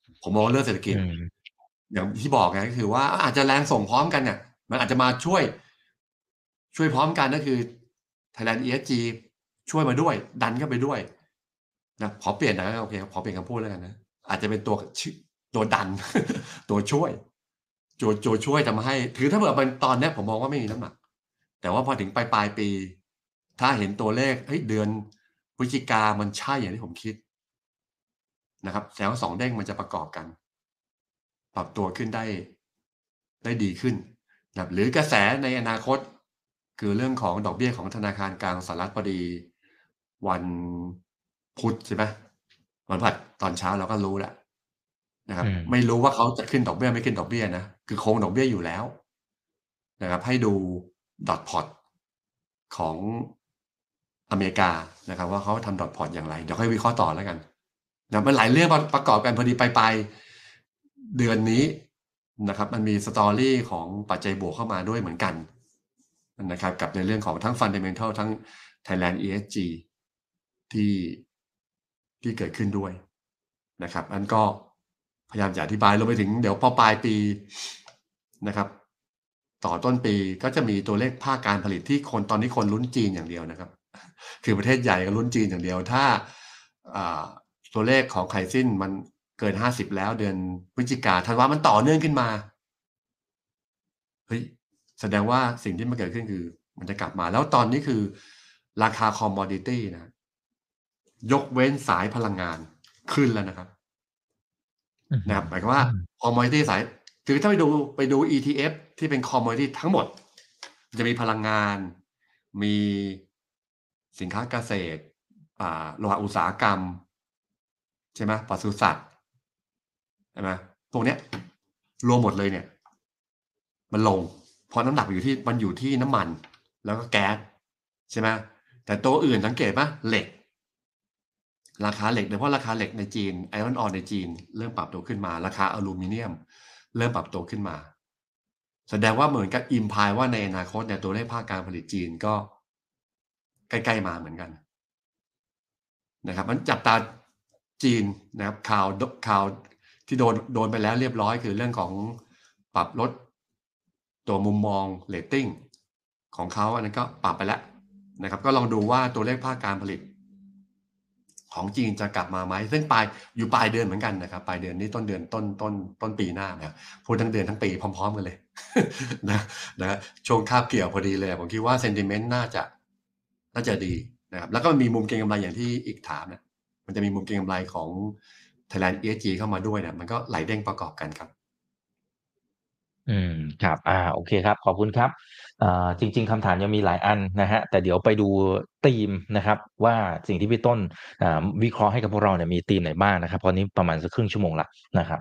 C: อย่างที่บอกไงก็คือว่าอาจจะแรงส่งพร้อมกันเนี่ยมันอาจจะมาช่วยพร้อมกันก็คือ Thailand ESG ช่วยมาด้วยดันเข้าไปด้วยนะขอเปลี่ยนนะโอเคขอเปลี่ยนคำพูดแล้วกันนะอาจจะเป็นตัวดัน ตัวช่วยช่วยทำให้ถือถ้าเผื่อเป็นตอนนี้ผมมองว่าไม่มีน้ำหนักแต่ว่าพอถึงปลายปีถ้าเห็นตัวเลขเดือนพฤศจิกามันใช่อย่างที่ผมคิดนะครับแสดงว่า2 เด้งมันจะประกอบกันปรับตัวขึ้นได้ดีขึ้นนะหรือกระแสในอนาคตคือเรื่องของดอกเบี้ยของธนาคารกลางสหรัฐพอดีวันพุธใช่ไหมวันพฤหัสตอนเช้าเราก็รู้แล้วนะครับไม่รู้ว่าเขาจะขึ้นดอกเบี้ยไม่ขึ้นดอกเบี้ยนะคือคงดอกเบี้ยอยู่แล้วนะครับให้ดูดอทพอตของอเมริกานะครับว่าเขาทำดอทพอตอย่างไรเดี๋ยวค่อยวิเคราะห์ต่อแล้วกันนะมันหลายเรื่องประกอบกันพอดีไปเดือนนี้นะครับมันมีสตอรี่ของปัจจัยบวกเข้ามาด้วยเหมือนกันนะครับกับในเรื่องของทั้ง Fundamental ทั้ง Thailand ESG ที่เกิดขึ้นด้วยนะครับอันก็พยายามจะอธิบายลงไปถึงเดี๋ยวพอปลายปีนะครับต่อต้นปีก็จะมีตัวเลขภาคการผลิตที่ตอนนี้คนลุ้นจีนอย่างเดียวนะครับคือประเทศใหญ่ก็ลุ้นจีนอย่างเดียวถ้าตัวเลขของไขสิ้นมันเกิน50แล้วเดือนพฤศจิกาธันวามันต่อเนื่องขึ้นมาเฮ้ยแสดงว่าสิ่งที่มันเกิดขึ้นคือมันจะกลับมาแล้วตอนนี้คือราคาคอมมอดิตี้นะยกเว้นสายพลังงานขึ้นแล้วนะครับนะครับหมายความว่าคอมมอดิตี้สายคือถ้าไปดู ETF ที่เป็นคอมมอดิตี้ทั้งหมดจะมีพลังงานมีสินค้าเกษตรโลหะอุตสาหกรรมใช่ไหมปศุสัตว์ใช่ไหมพวกเนี้ยรวมหมดเลยเนี่ยมันลงเพราะน้ำหนักอยู่ที่น้ำมันแล้วก็แก๊สใช่ไหมแต่ตัวอื่นสังเกตป่ะเหล็กราคาเหล็กโดยเฉพาะราคาเหล็กในจีนไอรอนออร์ในจีนเริ่มปรับตัวขึ้นมาราคาอลูมิเนียมเริ่มปรับตัวขึ้นมาแสดงว่าเหมือนกับอิมพายว่าในอนาคตเนี่ยตัวเลขภาคการผลิตจีนก็ใกล้ๆมาเหมือนกันนะครับมันจับตาจีนนะครับข่าวที่โดนไปแล้วเรียบร้อยคือเรื่องของปรับลดตัวมุมมองเรตติ้งของเขาอันนั้นก็ปรับไปแล้วนะครับก็ลองดูว่าตัวเลขภาคการผลิตของจีนจะกลับมาไหมซึ่งปลายเดือนเหมือนกันนะครับปลายเดือนนี้ต้นเดือนต้นปีหน้านะครับพูดทั้งเดือนทั้งปีพร้อมๆกันเลยนะช่วงคาบเกี่ยวพอดีเลยผมคิดว่าเซนติเมนต์น่าจะดีนะครับแล้วก็มีมุมเก็งกำไรอย่างที่อีกถามนะมันจะมีมุมเก็งกำไรของ Thailand ESG เข้ามาด้วยเนี่ยมันก็ไหลเด้งประกอบกันครับ
B: ครับโอเคครับขอบคุณครับจริงๆคำถามยังมีหลายอันนะฮะแต่เดี๋ยวไปดูธีมนะครับว่าสิ่งที่พี่ต้นวิเคราะห์ให้กับพวกเราเนี่ยมีธีมไหนบ้างนะครับเพราะนี้ประมาณสักครึ่งชั่วโมงละนะครับ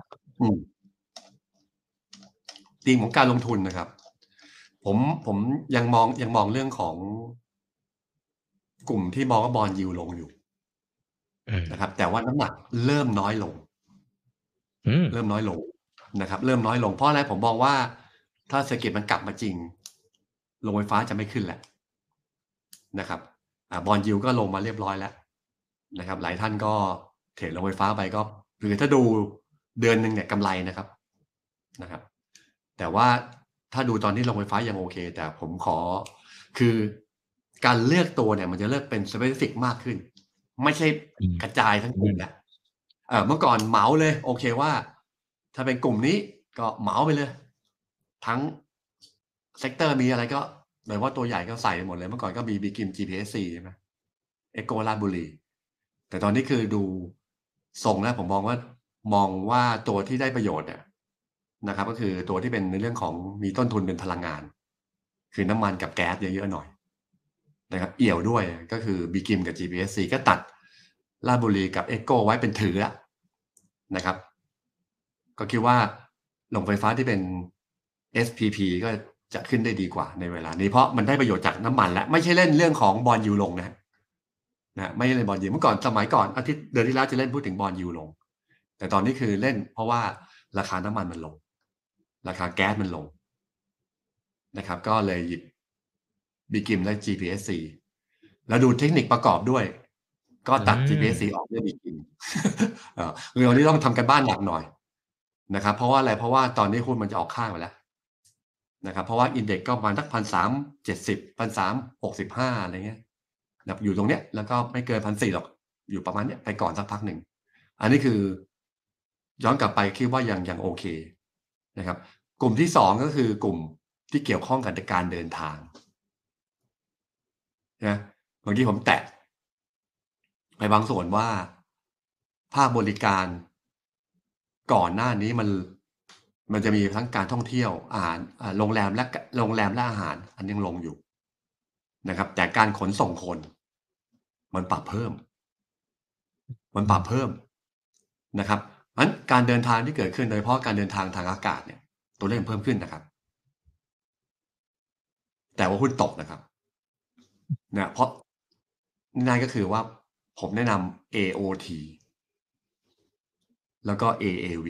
C: ธีมของการลงทุนนะครับผมยังมองเรื่องของกลุ่มที่มองว่าบอนด์ยิลด์ลงอยู่นะครับแต่ว่าน้ำหนักเริ่มน้อยลงนะครับเริ่มน้อยลงเพราะอะไรผมมองว่าถ้าเศรษฐกิจมันกลับมาจริงโรงไฟฟ้าจะไม่ขึ้นแล้วนะครับบอนด์ยิลด์ก็ลงมาเรียบร้อยแล้วนะครับหลายท่านก็เทรดโรงไฟฟ้าไปก็หรือถ้าดูเดือนหนึ่งเนี่ยกำไรนะครับแต่ว่าถ้าดูตอนนี้โรงไฟฟ้ายังโอเคแต่ผมขอคือการเลือกตัวเนี่ยมันจะเลือกเป็น specific มากขึ้นไม่ใช่กระจายทั้งกลุ่มแล้วเมื่อก่อนเหมาเลยโอเคว่าถ้าเป็นกลุ่มนี้ก็เหมาไปเลยทั้งเซกเตอร์มีอะไรก็โดยเฉพาะตัวใหญ่ก็ใส่ไปหมดเลยเมื่อก่อนก็มีบีกิม GPSC ใช่ไหมเอโกลาดบุรีแต่ตอนนี้คือดูทรงแล้วผมมองว่าตัวที่ได้ประโยชน์เนี่ยนะครับก็คือตัวที่เป็นในเรื่องของมีต้นทุนเป็นพลังงานคือน้ำมันกับแก๊สเยอะๆหน่อยนะครับเอี่ยวด้วยก็คือบีกิมกับ GPSC ก็ตัดลาดบุรีกับเอโกไว้เป็นถือนะครับก็คิดว่าโรงไฟฟ้าที่เป็น SPP ก็จะขึ้นได้ดีกว่าในเวลานี้เพราะมันได้ประโยชน์จากน้ำมันและไม่ใช่เล่นเรื่องของบอนด์ยิลด์ลงนะไม่เล่นบอลยิวเมื่อก่อนสมัยก่อนเดือนที่แล้วจะเล่นพูดถึงบอลยิวลงแต่ตอนนี้คือเล่นเพราะว่าราคาน้ำมันมันลงราคาแก๊สมันลงนะครับก็เลยหยิบบีกิมและ GPSC แล้วดูเทคนิคประกอบด้วยก็ตัด GPSC ออกด้วยบีกิมคือวันนี้ต้องทำกันบ้านหนักหน่อยนะครับเพราะว่าอะไรเพราะว่าตอนนี้หุ้นมันจะออกข้างไปแล้วนะครับเพราะว่าอินเด็กซ์ก็ประมาณสัก1,370 1,365อะไรเงี้ยอยู่ตรงเนี้ยแล้วก็ไม่เกิน1,400หรอกอยู่ประมาณเนี้ยไปก่อนสักพักหนึ่งอันนี้คือย้อนกลับไปคิดว่ายังโอเคนะครับกลุ่มที่2ก็คือกลุ่มที่เกี่ยวข้องกับการเดินทางนะเมื่อกี้ผมแตะไปบางส่วนว่าภาคบริการก่อนหน้านี้มันจะมีทั้งการท่องเที่ยวอาหารโรงแรมและอาหารอันยังลงอยู่นะครับแต่การขนส่งคนมันปรับเพิ่มนะครับงั้นการเดินทางที่เกิดขึ้นโดยเฉพาะการเดินทางทางอากาศเนี่ยตัวเลขเพิ่มขึ้นนะครับแต่ว่าหุ้นตกนะครับนะเพราะนั่นก็คือว่าผมแนะนำ AOT แล้วก็ AAV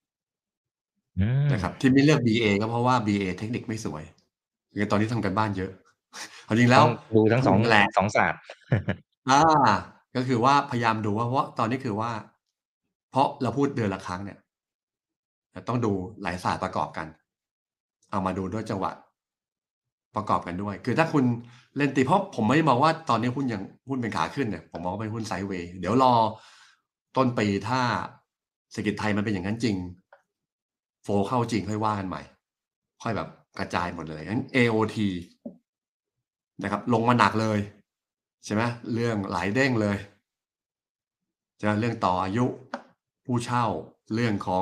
C: นะครับที่ไม่เลือก BA ก็เพราะว่า BA เทคนิคไม่สวยคือตอนนี้ทำกันบ้านเยอะจริงแล้ว
B: ดูทั้งสองศาสตร์
C: ก็คือว่าพยายามดูว่าเพราะตอนนี้คือว่าเพราะเราพูดเดือนละครั้งเนี่ยต้องดูหลายศาสตร์ประกอบกันเอามาดูด้วยจังหวะประกอบกันด้วยคือถ้าคุณเล่นตีเพราะผมไม่ได้มองว่าตอนนี้หุ้นเป็นขาขึ้นเนี่ยผมมองว่าเป็นหุ้นไซด์เวย์เดี๋ยวรอต้นปีถ้าเศรษฐกิจไทยมันเป็นอย่างนั้นจริงโฟเข้าจริงค่อยว่ากันใหม่ค่อยแบบกระจายหมดเลยงั้น AOT นะครับลงมาหนักเลยใช่ไหมเรื่องหลายเด้งเลยใช่ไหมเรื่องต่ออายุผู้เช่าเรื่องของ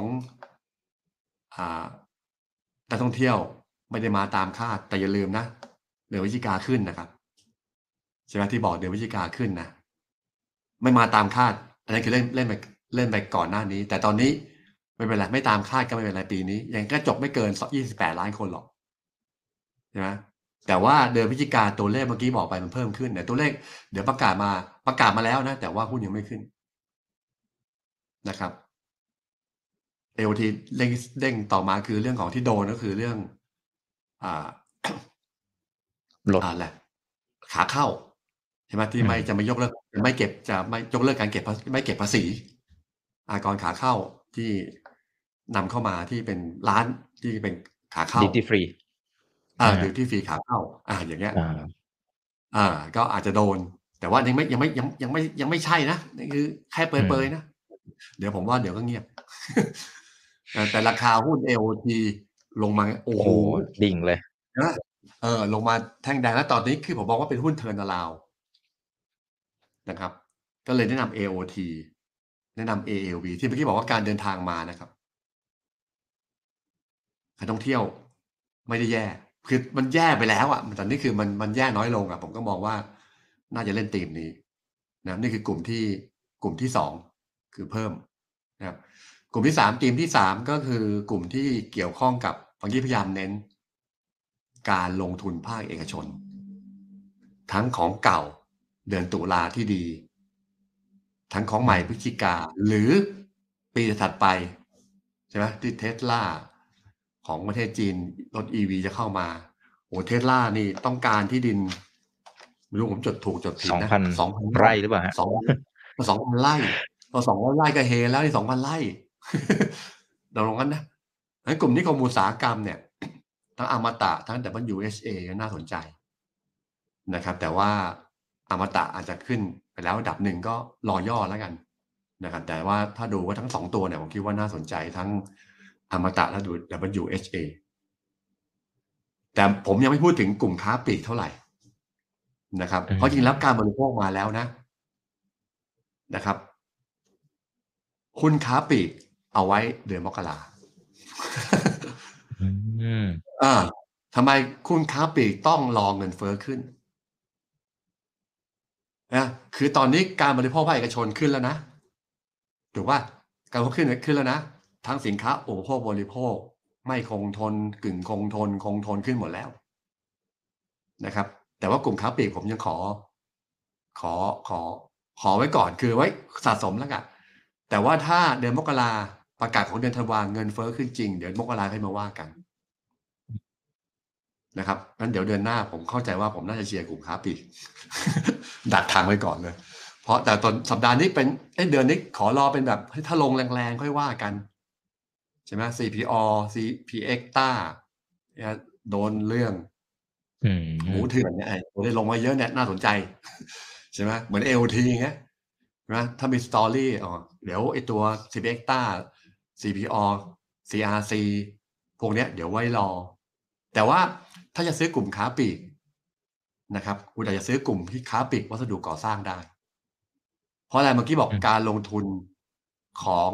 C: นักท่องเที่ยวไม่ได้มาตามคาดแต่อย่าลืมนะเดือนพฤศจิกาขึ้นนะครับใช่ไหมที่บอกเดือนพฤศจิกาขึ้นนะไม่มาตามคาดอันนั้นคือเล่นไปก่อนหน้านี้แต่ตอนนี้ไม่เป็นไรไม่ตามคาดก็ไม่เป็นไรปีนี้ยังก็จบไม่เกิน28 ล้านคนหรอกใช่ไหมแต่ว่าเดือนพฤศจิกาตัวเลขเมื่อกี้บอกไปมันเพิ่มขึ้นแต่ตัวเลขเดี๋ยวประกาศมาแล้วนะแต่ว่าหุ้นยังไม่ขึ้นนะครับ AOT เด้งต่อมาคือเรื่องของที่โดนก็คือเรื่องอ่า
B: ลด
C: แหละขาเข้าใช่ไหมที่ไม่จะไม่ยกเลิกจะไม่ยกเลิกการเก็บไม่เก็บภาษีอากรขาเข้าที่นำเข้ามาที่เป็นร้านที่เป็นขาเข้า
B: ดิวตี้ฟรี
C: ดิวตี้ฟรีขาเข้าอย่างเงี้ย
B: อ่า
C: ก็อาจจะโดน แต่ว่ายังไม่ใช่นะนี่คือแค่เปรยๆนะเดี๋ยวผมว่าเดี๋ยวก็เงียบ แต่ราคาหุ้น AOT ลงมาโอ้
B: โอ้
C: โห
B: โหดิ่งเลย
C: นะลงมาแท่งแดงแล้วตอนนี้คือผมบอกว่าเป็นหุ้นเทิร์นอราวนะครับ ก็เลยแนะนำ AOT แนะนำ ALV ที่เมื่อกี้บอกว่าการเดินทางมานะครับการท่องเที่ยวไม่ได้แย่คือมันแย่ไปแล้วอ่ะตอนนี้คือมันแย่น้อยลงอ่ะผมก็มองว่าน่าจะเล่นธีมนี้นะนี่คือกลุ่มที่สองคือเพิ่มนะครับกลุ่มที่สามธีมที่สามก็คือกลุ่มที่เกี่ยวข้องกับฝั่งที่พยายามเน้นการลงทุนภาคเอกชนทั้งของเก่าเดือนตุลาที่ดีทั้งของใหม่พฤศจิกาหรือปีถัดไปใช่ไหมที่เทสลาของประเทศจีนรถ EV จะเข้ามาโอ้เทสลานี่ต้องการที่ดินไม่รู้ผมจดถูกจดผิดนะ
B: 2,000 ไร่หรือเปล่าฮะ
C: 2,000 ไร่พอ2,000 ไร่ก็เฮแล้วที่ 2,000 ไร่ เราลงกันนะกลุ่มนิคมอุตสาหกรรมเนี่ยทั้งอมตะทั้ง WHA น่าสนใจนะครับแต่ว่าอมตะอาจจะขึ้นไปแล้วระดับหนึ่งก็รอย่อแล้วกันนะครับแต่ว่าถ้าดูว่าทั้ง2ตัวเนี่ยผมคิดว่าน่าสนใจทั้งอมตะและ WHA แต่ผมยังไม่พูดถึงกลุ่มค้าปลีกเท่าไหร่นะครับเพราะจริงแล้วการบริโภคมาแล้วนะครับหุ้นค้าปลีกเอาไว้เดือนมกราทำไมหุ้นค้าปลีกต้องรอเงินเฟ้อขึ้นนะคือตอนนี้การบริโภคภาคเอกชนขึ้นแล้วนะถูกป่ะการบริโภคขึ้นแล้วนะทั้งสินค้าอุปโภคบริโภคไม่คงทนกึ่งคงทนขึ้นหมดแล้วนะครับแต่ว่ากลุ่มค้าปลีกผมยังขอไว้ก่อนคือไว้สะสมแล้วกันแต่ว่าถ้าเดือนมกราประกาศของเดือนธันวาเงินเฟ้อขึ้นจริงเดี๋ยวมกราให้มาว่ากันนะครับงั้นเดี๋ยวเดือนหน้าผมเข้าใจว่าผมน่าจะเชียร์กลุ่มค้าปลีก ดักทางไว้ก่อนเลยเพราะแต่ตอนสัปดาห์นี้เป็นเดือนนี้ขอรอเป็นแบบถ้าลงแรงๆค่อยว่ากันใช่ไหม CPO CPX ต้าโดนเรื่องหมูเถื่อนเนี่ยตัวได้ลงมาเยอะเนี่ยน่าสนใจใช่ไหมเหมือน AOT ไงนะถ้ามีสตอรี่เดี๋ยวไอตัว CPX ต้า CPO CRC พวกเนี้ยเดี๋ยวไว้รอแต่ว่าถ้าจะซื้อกลุ่มค้าปลีกนะครับคุณอาจจะซื้อกลุ่มที่ค้าปลีกวัสดุก่อสร้างได้เพราะอะไรเมื่อกี้บอกการลงทุนของ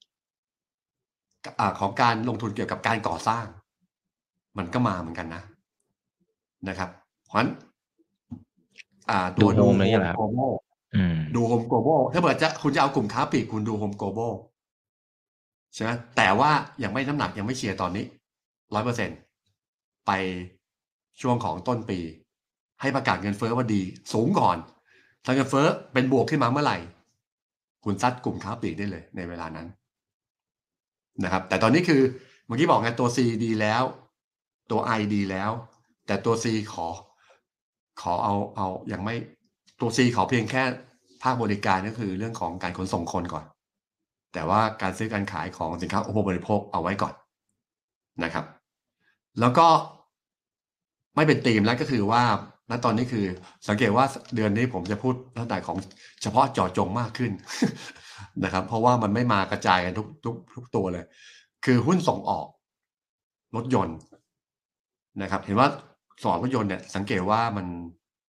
C: การลงทุนเกี่ยวกับการก่อสร้างมันก็มาเหมือนกันนะครับเพราะฉะนั้นตัวดูโฮมโกลบอลดูโฮมโกลบอลถ้าเกิดคุณจะเอากลุ่มค้าปลีกคุณดูโฮมโกลบอลใช่ไหมแต่ว่ายังไม่น้ำหนักยังไม่เชียร์ตอนนี้ 100% ไปช่วงของต้นปีให้ประกาศเงินเฟ้อว่าดีสูงก่อนถ้าเงินเฟ้อเป็นบวกขึ้นมาเมื่อไหร่คุณซัดกลุ่มค้าปลีกได้เลยในเวลานั้นนะครับแต่ตอนนี้คือเมื่อกี้บอกไงตัว C ดีแล้วตัว I ดีแล้วแต่ตัว C ขอเอายังไม่ตัว C ขอเพียงแค่ภาคบริการก็คือเรื่องของการขนส่งคนก่อนแต่ว่าการซื้อการขายของสินค้าอุปโภคบริโภคเอาไว้ก่อนนะครับแล้วก็ไม่เป็นธีมแล้วก็คือว่าณตอนนี้คือสังเกตว่าเดือนนี้ผมจะพูดลักษณะของเฉพาะเจาะจงมากขึ้น นะครับเพราะว่ามันไม่มากระจายกันทุกตัวเลยคือหุ้นส่งออกรถยนต์นะครับเห็นว่าส่งออกรถยนต์เนี่ยสังเกตว่ามัน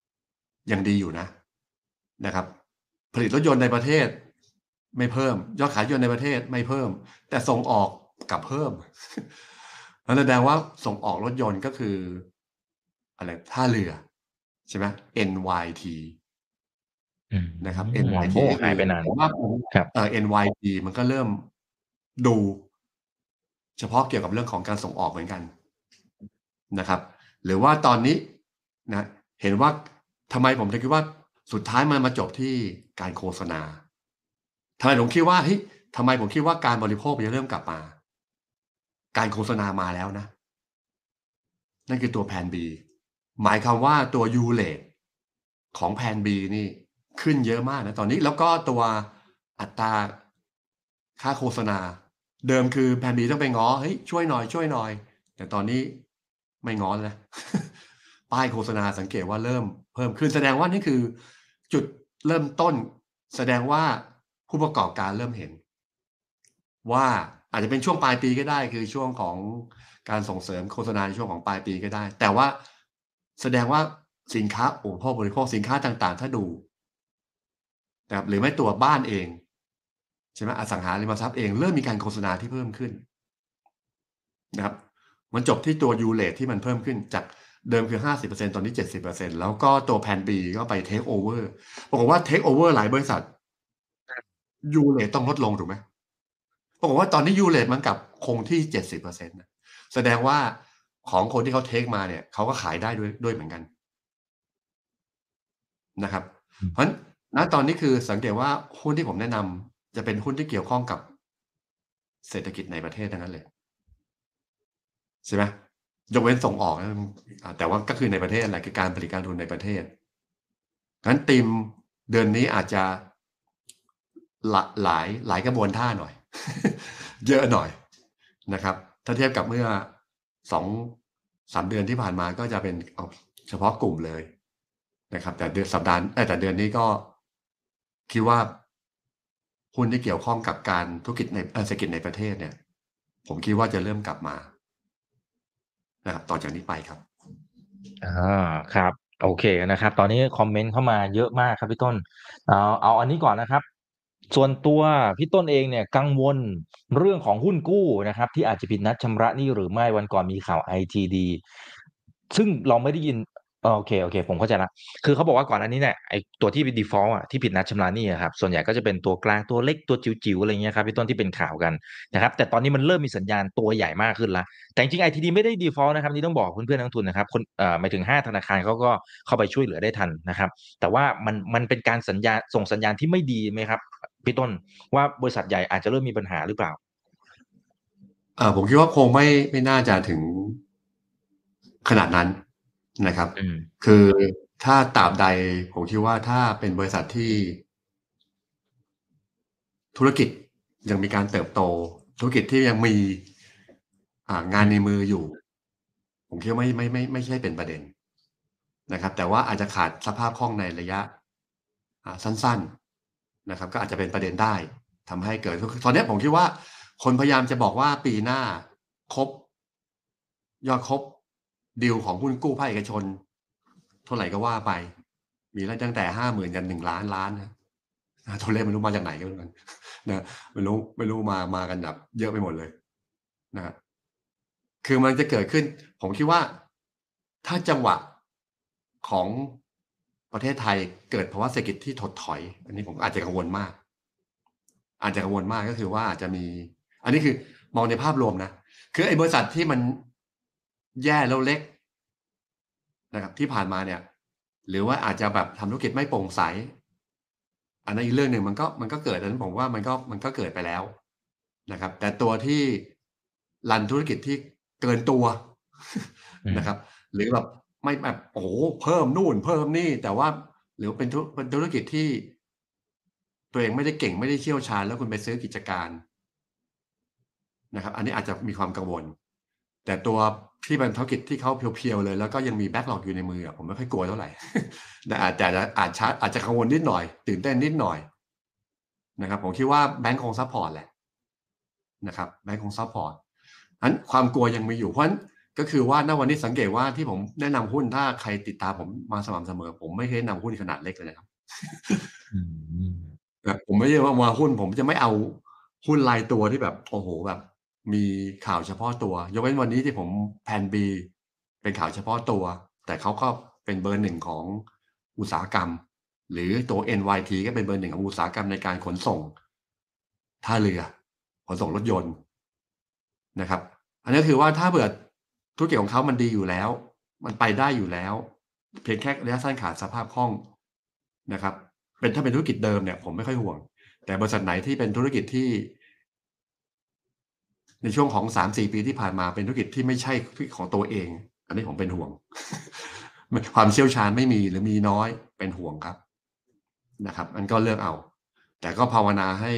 C: ยังดีอยู่นะครับ ผลิตรถยนต์ในประเทศไม่เพิ่มยอดขายยนต์ในประเทศไม่เพิ่มแต่ส่งออกกลับเพิ่ม นั่นแสดงว่าส่งออกรถยนต์ก็คืออะไรท่าเรือใช่ไหม NYT นะครับ NYT
B: หายไปนาน
C: ผมว่า
B: ครับ
C: NYT มันก็เริ่มดูเฉพาะเกี่ยวกับเรื่องของการส่งออกเหมือนกันนะครับหรือว่าตอนนี้นะเห็นว่าทำไมผมถึงคิดว่าสุดท้ายมันมาจบที่การโฆษณาทำไมผมคิดว่าเฮ้ยทำไมผมคิดว่าการบริโภคจะเริ่มกลับมาการโฆษณามาแล้วนะนั่นคือตัวแผน B หมายความว่าตัว U rate ของแผน B นี่ขึ้นเยอะมากนะตอนนี้แล้วก็ตัวอัตราค่าโฆษณาเดิมคือแผน B ต้องไปง้อเฮ้ยช่วยหน่อยแต่ตอนนี้ไม่ง้อแล้วนะ ป้ายโฆษณาสังเกตว่าเริ่มเพิ่มขึ้นแสดงว่านี่คือจุดเริ่มต้นแสดงว่าผู้ประกอบการเริ่มเห็นว่าอาจจะเป็นช่วงปลายปีก็ได้คือช่วงของการส่งเสริมโฆษณาในช่วงของปลายปีก็ได้แต่ว่าแสดงว่าสินค้าอุปโภคบริโภคสินค้าต่างๆถ้าดูนะครับหรือไม่ตัวบ้านเองใช่ไหมอสังหาริมทรัพย์เองเริ่มมีการโฆษณาที่เพิ่มขึ้นนะครับมันจบที่ตัวยูเรทที่มันเพิ่มขึ้นจากเดิมคือ 50% ตอนนี้ 70% แล้วก็ตัวแพน B ก็ไปเทคโอเวอร์บอกว่าเทคโอเวอร์หลายบริษัทยูเรทต้องลดลงถูกไหมบอกว่าตอนนี้ยูเรทมันกลับคงที่ 70% นะแสดงว่าของคนที่เขาเทคมาเนี่ยเขาก็ขายได้ด้วยเหมือนกันนะครับเพราะฉะนั้นณตอนนี้คือสังเกตว่าหุ้นที่ผมแนะนำจะเป็นหุ้นที่เกี่ยวข้องกับเศรษฐกิจในประเทศทั้งนั้นเลยใช่ไหมยกเว้นส่งออกนะแต่ว่าก็คือในประเทศอะไรคือการผลิตการทุนในประเทศงั้นธีมเดือนนี้อาจจะหลายกระบวนท่าหน่อย เยอะหน่อยนะครับถ้าเทียบกับเมื่อ2-3 เดือนที่ผ่านมาก็จะเป็นเฉพาะกลุ่มเลยนะครับแต่เดือนนี้ก็คิดว่าหุ้นที่เกี่ยวข้องกับการธุรกิจในเศรษฐกิจในประเทศเนี่ยผมคิดว่าจะเริ่มกลับมานะครับต่อจากนี้ไปครับ
B: ครับโอเคนะครับตอนนี้คอมเมนต์เข้ามาเยอะมากครับพี่ต้นเอาอันนี้ก่อนนะครับส่วนตัวพี่ต้นเองเนี่ยกังวลเรื่องของหุ้นกู้นะครับที่อาจจะผิดนัดชำระหนี้หรือไม่วันก่อนมีข่าว ITD ซึ่งเราไม่ได้ยินโอเคผมเข้าใจแล้วคือเขาบอกว่าก่อนอันนี้เนี่ยไอตัวที่เป็น default อ่ะที่ผิดนัดชำระหนี้ครับส่วนใหญ่ก็จะเป็นตัวกลางตัวเล็กตัวจิ๋วๆอะไรเงี้ยครับพี่ต้นที่เป็นข่าวกันนะครับแต่ตอนนี้มันเริ่มมีสัญญาณตัวใหญ่มากขึ้นแล้ว แต่จริงๆ ITD ไม่ได้ default นะครับนี่ต้องบอกเพื่อนๆนักลงทุนนะครับคนหมายถึง5ธนาคารเขาก็เข้าไปช่วยเหลือได้ทันนะครับแต่ว่ามันเป็นการส่งสัญญาณที่ไม่ดีไหมครับพี่ต้นว่าบริษัทใหญ่อาจจะเริ่มมีปัญหาหรือเปล่า
C: ผมคิดว่าคงไม่น่าจะถึงขนาดนั้นนะครับคือถ้าตราบใดผมคิดว่าถ้าเป็นบริษัทที่ธุรกิจยังมีการเติบโตธุรกิจที่ยังมีงานในมืออยู่ผมคิดว่าไม่ใช่เป็นประเด็นนะครับแต่ว่าอาจจะขาดสภาพคล่องในระยะสั้นๆนะครับก็อาจจะเป็นประเด็นได้ทำให้เกิดตอนนี้ผมคิดว่าคนพยายามจะบอกว่าปีหน้ายอดครบดีลของหุ้นกู้ภาคเอกชนเท่าไหร่ก็ว่าไปมีตั้งแต่50,000กัน1 ล้านนะตัวเลขไม่รู้มาจากไหนก็เหมือนกันนะไม่รู้มากันแบบเยอะไปหมดเลยนะครับคือมันจะเกิดขึ้นผมคิดว่าถ้าจังหวะของประเทศไทยเกิดภาวะเศรษฐกิจที่ถดถอยอันนี้ผมอาจจะกังวลมากก็คือว่าอาจจะมีอันนี้คือมองในภาพรวมนะคือไอ้บริษัทที่มันแย่แล้วเล็กนะครับที่ผ่านมาเนี่ยหรือว่าอาจจะแบบทำธุรกิจไม่โปร่งใสอันนั้นอีกเรื่องหนึ่งมันก็เกิดอันนั้นผมว่ามันก็เกิดไปแล้วนะครับแต่ตัวที่รันธุรกิจที่เกินตัวนะครับหรือแบบไม่แบบโอ้โหเพิ่มนู่นเพิ่มนี่แต่ว่าหรือเป็นธุรกิจที่ตัวเองไม่ได้เก่งไม่ได้เชี่ยวชาญแล้วคุณไปซื้อกิจการนะครับอันนี้อาจจะมีความกังวลแต่ตัวที่เป็นธุรกิจที่เขาเพียวๆเลยแล้วก็ยังมีแบ็คล็อกอยู่ในมือผมไม่ค่อยกลัวเท่าไหร่แต่อาจจะกังวลนิดหน่อยตื่นเต้นนิดหน่อยนะครับผมคิดว่าแบงก์คงซัพพอร์ตแหละนะครับแบงก์คงซัพพอร์ตนั้นความกลัวยังมีอยู่เพราะฉะนั้นก็คือว่าณวันนี้สังเกตว่าที่ผมแนะนำหุ้นถ้าใครติดตามผมมาสม่ำเสมอผมไม่เคยแนะนำหุ้นขนาดเล็กเลยนะครับ
B: อืม
C: ผมไม่ใช่ว่ามาหุ้นผมจะไม่เอาหุ้นรายตัวที่แบบโอ้โหแบบมีข่าวเฉพาะตัวยกเว้นวันนี้ที่ผมแพนบีเป็นข่าวเฉพาะตัวแต่เขาก็เป็นเบอร์หนึ่งของอุตสาหกรรมหรือตัว NYT ก็เป็นเบอร์หนึ่งของอุตสาหกรรมในการขนส่งท่าเรือขนส่งรถยนต์นะครับอันนี้คือว่าถ้าเกิดธุรกิจของเขามันดีอยู่แล้วมันไปได้อยู่แล้วเพียงแค่ระยะสั้นขาดสภาพคล่องนะครับถ้าเป็นธุรกิจเดิมเนี่ยผมไม่ค่อยห่วงแต่บริษัทไหนที่เป็นธุรกิจที่ในช่วงของ 3-4 ปีที่ผ่านมาเป็นธุรกิจที่ไม่ใช่ของตัวเองอันนี้ผมเป็นห่วง ความเชี่ยวชาญไม่มีหรือมีน้อยเป็นห่วงครับนะครับมันก็เลือกเอาแต่ก็ภาวนาให้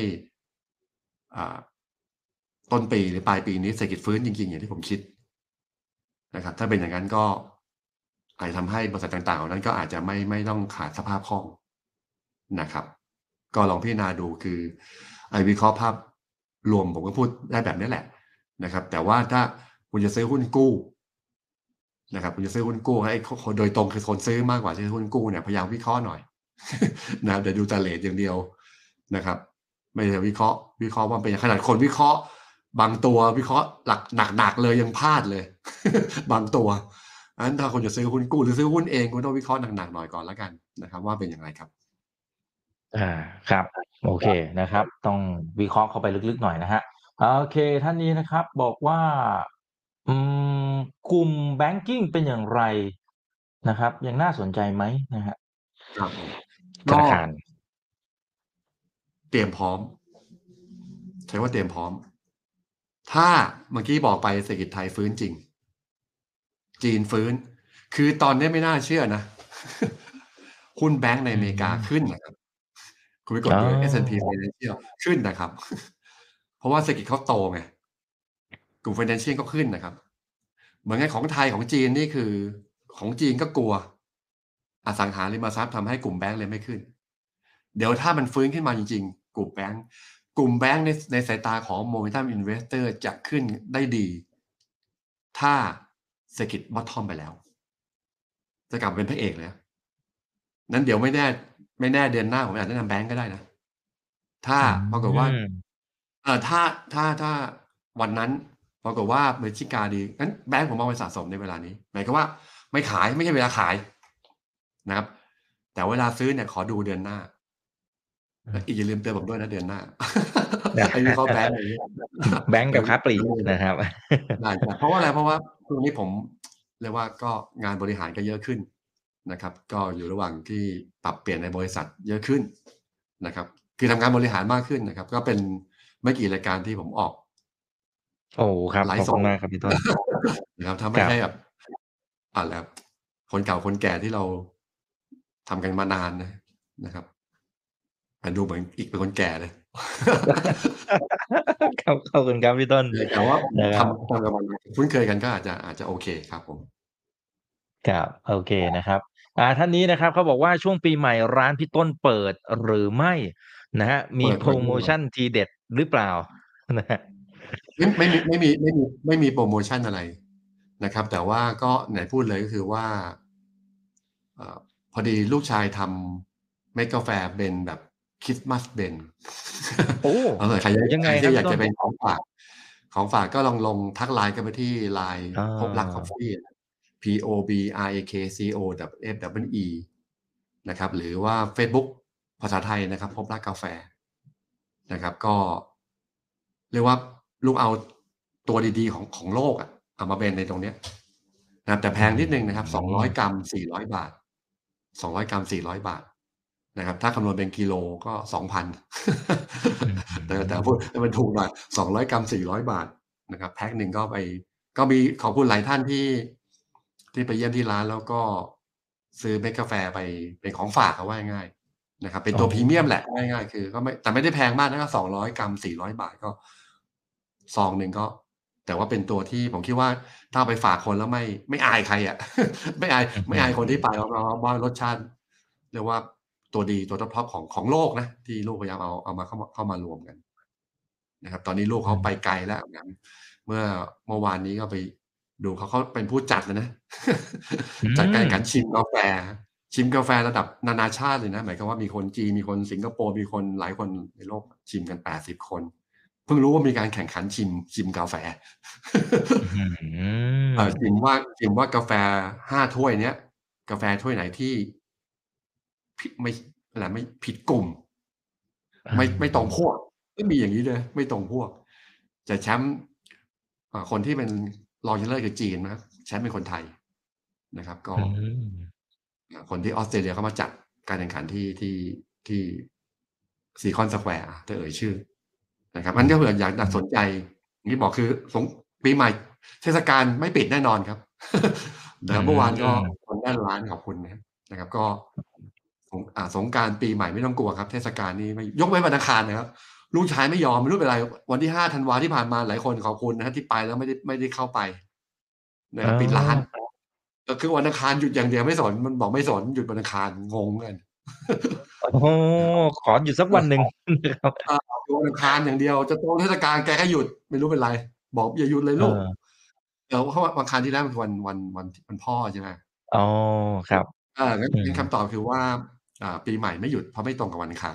C: ต้นปีหรือปลายปีนี้เศรษฐกิจฟื้นจริงๆอย่างที่ผมคิดนะครับถ้าเป็นอย่างนั้นก็อาจจะทำให้บริษัทต่างๆเหล่านั้นก็อาจจะไม่ต้องขาดสภาพคล่องนะครับก็ลองพิจารณาดูคือวิเคราะห์ภาพรวมผมก็พูดได้แบบนี้แหละนะครับแต่ว่าถ้าคุณจะซื้อหุ้นกู้นะครับคุณจะซื้อหุ้นกู้ให้คนโดยตรงคือคนซื้อมากกว่าซื้อหุ้นกู้เนี่ยพยายามวิเคราะห์หน่อย นะครับเดี๋ยวดูแต่เรทอย่างเดียวนะครับไม่ได้วิเคราะห์ว่าเป็นขนาดคนวิเคราะห์บางตัววิเคราะห์หนักเลยยังพลาดเลย บางตัวอันถ้าคนจะซื้อหุ้นกู้หรือซื้อหุ้นเองคุณต้องวิเคราะห์หนักๆหน่อยก่อนแล้วกันนะครับว่าเป็นอย่างไรครับ
B: ครับโอเคนะครับต้องวิเคราะห์เข้าไปลึกๆหน่อยนะฮะโอเคท่านนี้นะครับบอกว่าอืมกลุ่มแบงกิ้งเป็นอย่างไรนะครับยังน่าสนใจไหมนะฮะ
C: ครับผมก็
B: ธนาคาร
C: เตรียมพร้อมใช้ว่าเตรียมพร้อมถ้าเมื่อกี้บอกไปเศรษฐกิจไทยฟื้นจริงจีนฟื้นคือตอนนี้ไม่น่าเชื่อนะ หุ้นแบงก์ในอเมริกาขึ้นนะครับคุณไปกด
B: อ๋อ
C: ดู S&P Financial ขึ้นนะครับเพราะว่าเศรษฐกิจเขาโตไงกลุ่ม Financial ก็ขึ้นนะครับเหมือนกับของไทยของจีนนี่คือของจีนก็กลัวอสังหาริมทรัพย์ทำให้กลุ่มแบงก์เลยไม่ขึ้นเดี๋ยวถ้ามันฟื้นขึ้นมาจริงๆกลุ่มแบงก์ในสายตาของ Momentum Investor จะขึ้นได้ดีถ้าเศรษฐกิจบอททอมไปแล้วจะกลับเป็นพระเอกเลยนั้นเดี๋ยวไม่แน่เดือนหน้าผมอาจจะแนะนำแบงก์ก็ได้นะถ้าปรากฏว่าถ้าวันนั้นปรากฏว่าเมจิกาดีงั้นแบงก์ผมเอาไปสะสมในเวลานี้หมายความว่าไม่ขายไม่ใช่เวลาขายนะครับแต่เวลาซื้อเนี่ยขอดูเดือนหน้าอีกอย่าลืมเตือนผมด้วยนะเดือนหน้าไอ้วิเคราะห์แบงก์อะไรอย่างเงี้ย
B: แบงก์กับค้าปลีกนะครับ
C: ได้เพราะว่าอะไรเพราะว่าช่วงนี้ผมเรียกว่าก็งานบริหารก็เยอะขึ้นนะครับก็อยู่ระหว่างที่ปรับเปลี่ยนในบริษัทเยอะขึ้นนะครับคือทำงานบริหารมากขึ้นนะครับก็เป็นไม่กี่รายการที่ผมออก
B: โอ้ครับ
C: ไลฟ์สด
B: ขอบคุณมากครับพี่ต้น
C: นะครับถ้า
B: ค
C: ไม่
B: รับ
C: ใช่แบบแล้วคนเก่าคนแก่ที่เราทำกันมานานนะครับแต่ดูเหมือนอีกเป็นคนแก่เลย
B: ครับขอบคุณครับพี่ต้น
C: แต่ว่า
B: นะครับ
C: ทำกันมานานคุ้นเคยกันก็อาจจะโอเคครับผม
B: ครับโอเคนะครับท่านนี้นะครับเขาบอกว่าช่วงปีใหม่ร้านพี่ต้นเปิดหรือไม่นะฮะมีโพร
C: เปิดแน่นอน
B: โมชันทีเด็ดหรือเปล่านะฮะ
C: ไม่มีโปรโมชั่นอะไรนะครับแต่ว่าก็ไหนพูดเลยก็คือว่าพอดีลูกชายทำเมกกาแฟเป็นแบบคริสต์มาสเบน
B: โอ้
C: เอาเลยใคร
B: ยังไง
C: ที่อยาก
B: ครับพี่ต้น
C: จะเป็นของฝากก็ลองทักไลน์กันไปที่ไลน์
B: อ
C: พบรักคอฟ
B: า
C: ฟี่ POBRAKCOFE นะครับหรือว่า Facebook ภาษาไทยนะครับพบรักกาแฟนะครับก็เรียกว่าลูกเอาตัวดีๆของโลกเอามาเป็นในตรงเนี้ยนะครับแต่แพงนิดนึงนะครับ200กรัม400 บาท200กรัม400 บาทนะครับถ้าคำนวณเป็นกิโลก็ 2,000 แต่พูดให้มันถูกหน่อย200กรัม400 บาทนะครับแพ็คหนึ่งก็มีขอบคุณหลายท่านที่ไปเยี่ยมที่ร้านแล้วก็ซื้อเม็ดกาแฟไปเป็นของฝากเอาไว้ง่ายนะครับเป็นตัวพรีเมียมแหละง่ายๆคือก็ไม่ได้แพงมากนะ200กรัม400 บาทก็ซองหนึ่งก็แต่ว่าเป็นตัวที่ผมคิดว่าถ้าไปฝากคนแล้วไม่อายใครไม่อายคนที่ไปว่ารสชาติเรียกว่าตัวดีตัวท็อปของโลกนะที่ลูกพยายามเอามาเข้ามารวมกันนะครับตอนนี้ลูกเขาไปไกลแล้วนะเมื่อวานนี้ก็ไปดูเขาเป็นผู้จัดเลยนะ
B: อื
C: จัดการแข่งขัน
B: ม
C: ชิมกาแฟระดับนานาชาติเลยนะหมายความว่ามีคนจีนมีคนสิงคโปร์มีคนหลายคนในโลกชิมกัน80 คนเพิ่งรู้ว่ามีการแข่งขันชิมกาแฟ
B: อื้อฮือ
C: ชิมว่ากาแฟ5 ถ้วยเนี้ยกาแฟถ้วยไหนที่ไม่อะไรไม่ผิดกลุ่ม ไม่ตรงพวกไม่มีอย่างนี้เลยไม่ตรงพวกแต่แชมป์คนที่เป็นรองชนะเลิศคือจีนนะครับแชมป์เป็นคนไทยนะครับ ก็
B: อืม
C: คนที่ออสเตรเลียเขามาจัดการแข่งขันที่ซีคอนสแควร์ถ้าเอ่ยชื่อนะครับอันนี้เผื่ออยากสนใจอย่างที่บอกคือปีใหม่เทศกาลไม่ปิดแน่นอนครับ
B: อื
C: นะครับเมื่อวานก็
B: ม
C: คนแน่นร้านขอบคุณนะครับ ก็สงกรานต์ปีใหม่ไม่ต้องกลัวครับเทศกาลนี้ไม่ยกเว้นวันอังคารนะครับลูกชายไม่ยอมไม่รู้เป็นไรวันที่5 ธันวาที่ผ่านมาหลายคนขอบคุณนะที่ไปแล้วไม่ได้เข้าไปนะค
B: อ๋อ
C: รับปิดร้านก็คือวันอังคารหยุดอย่างเดียวไม่สนมันบอกไม่สนหยุดวันอังคารงงกัน
B: อ๋อขอหยุดสักวันหนึ่งนะครับ
C: วันอังคารอย่างเดียวจะตรงเทศกาลแกก็หยุดไม่รู้เป็นไรบอกอย่าหยุดเลย
B: เอ
C: ลูก
B: อ
C: เพราะว่าวันอังคารที่แล้วมันคือวันพ่อใช่ไหม
B: อ๋อครับ
C: งั้น
B: อืม
C: คำตอบคือว่าปีใหม่ไม่หยุดเพราะไม่ตรงกับวันอังคาร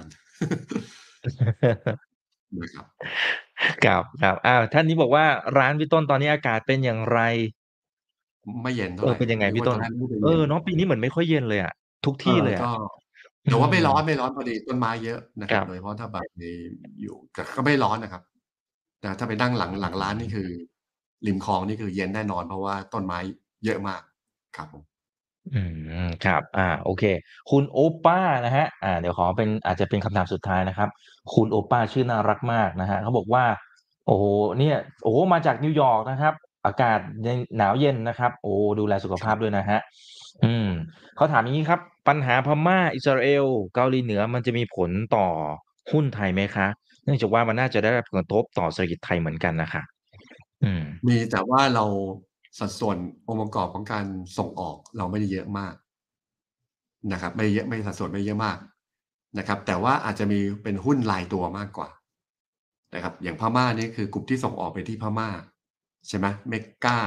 C: นะครับ
B: ครับครับอ้าวท่านนี้บอกว่าร้านพี่ต้นตอนนี้อากาศเป็นอย่างไร
C: ไม่เย็นเท่าไหร่
B: เป็นยังไงพี่ต้น
C: นึกว่าตอนแรกนึกว่าจะเย็น
B: เนาะปีนี้เหมือนไม่ค่อยเย็นเลยอะทุกที่เลยอะ
C: ก็
B: อื
C: แต่ว่า
B: ม
C: ไม่ร้อนพอดีต้นไม้เยอะนะ
B: ครับ
C: ครับโดยเฉพาะถ้าแบบในอยู่แต่ก็ไม่ร้อนนะครับแต่ถ้าไปนั่งหลังร้านนี่คือริมคลองนี่คือเย็นแน่นอนเพราะว่าต้นไม้เยอะมากครับผม
B: อืครับโอเคคุณโอป้านะครับเดี๋ยวขอเป็นอาจจะเป็นคำถามสุดท้ายนะครับคุณโอป้าชื่อน่ารักมากนะครับเขาบอกว่าโอ้โฮเนี่ยโอ้โฮมาจากนิวยอร์กนะครับอากาศยังหนาวเย็นนะครับโอ้ดูแลสุขภาพ
C: ครับ
B: ด้วยนะครับอืมเขาถามอย่างงี้ครับปัญหาพม่าอิสราเอลเกาหลีเหนือมันจะมีผลต่อหุ้นไทยไหมคะเนื่องจากว่ามันน่าจะได้รับผลกระทบต่อเศรษฐกิจไทยเหมือนกันน่ะค่ะอืม
C: มีแต่ว่าเราสัดส่วนองค์ประกอบของการส่งออกเราไม่ได้เยอะมาก นะครับไม่เยอะไม่สัดส่วนไม่เยอะมากนะครับแต่ว่าอาจจะมีเป็นหุ้นรายตัวมากกว่านะครับอย่างพม่านี่คือกลุ่มที่ส่งออกไปที่พม่าใช่ไหมเมกกา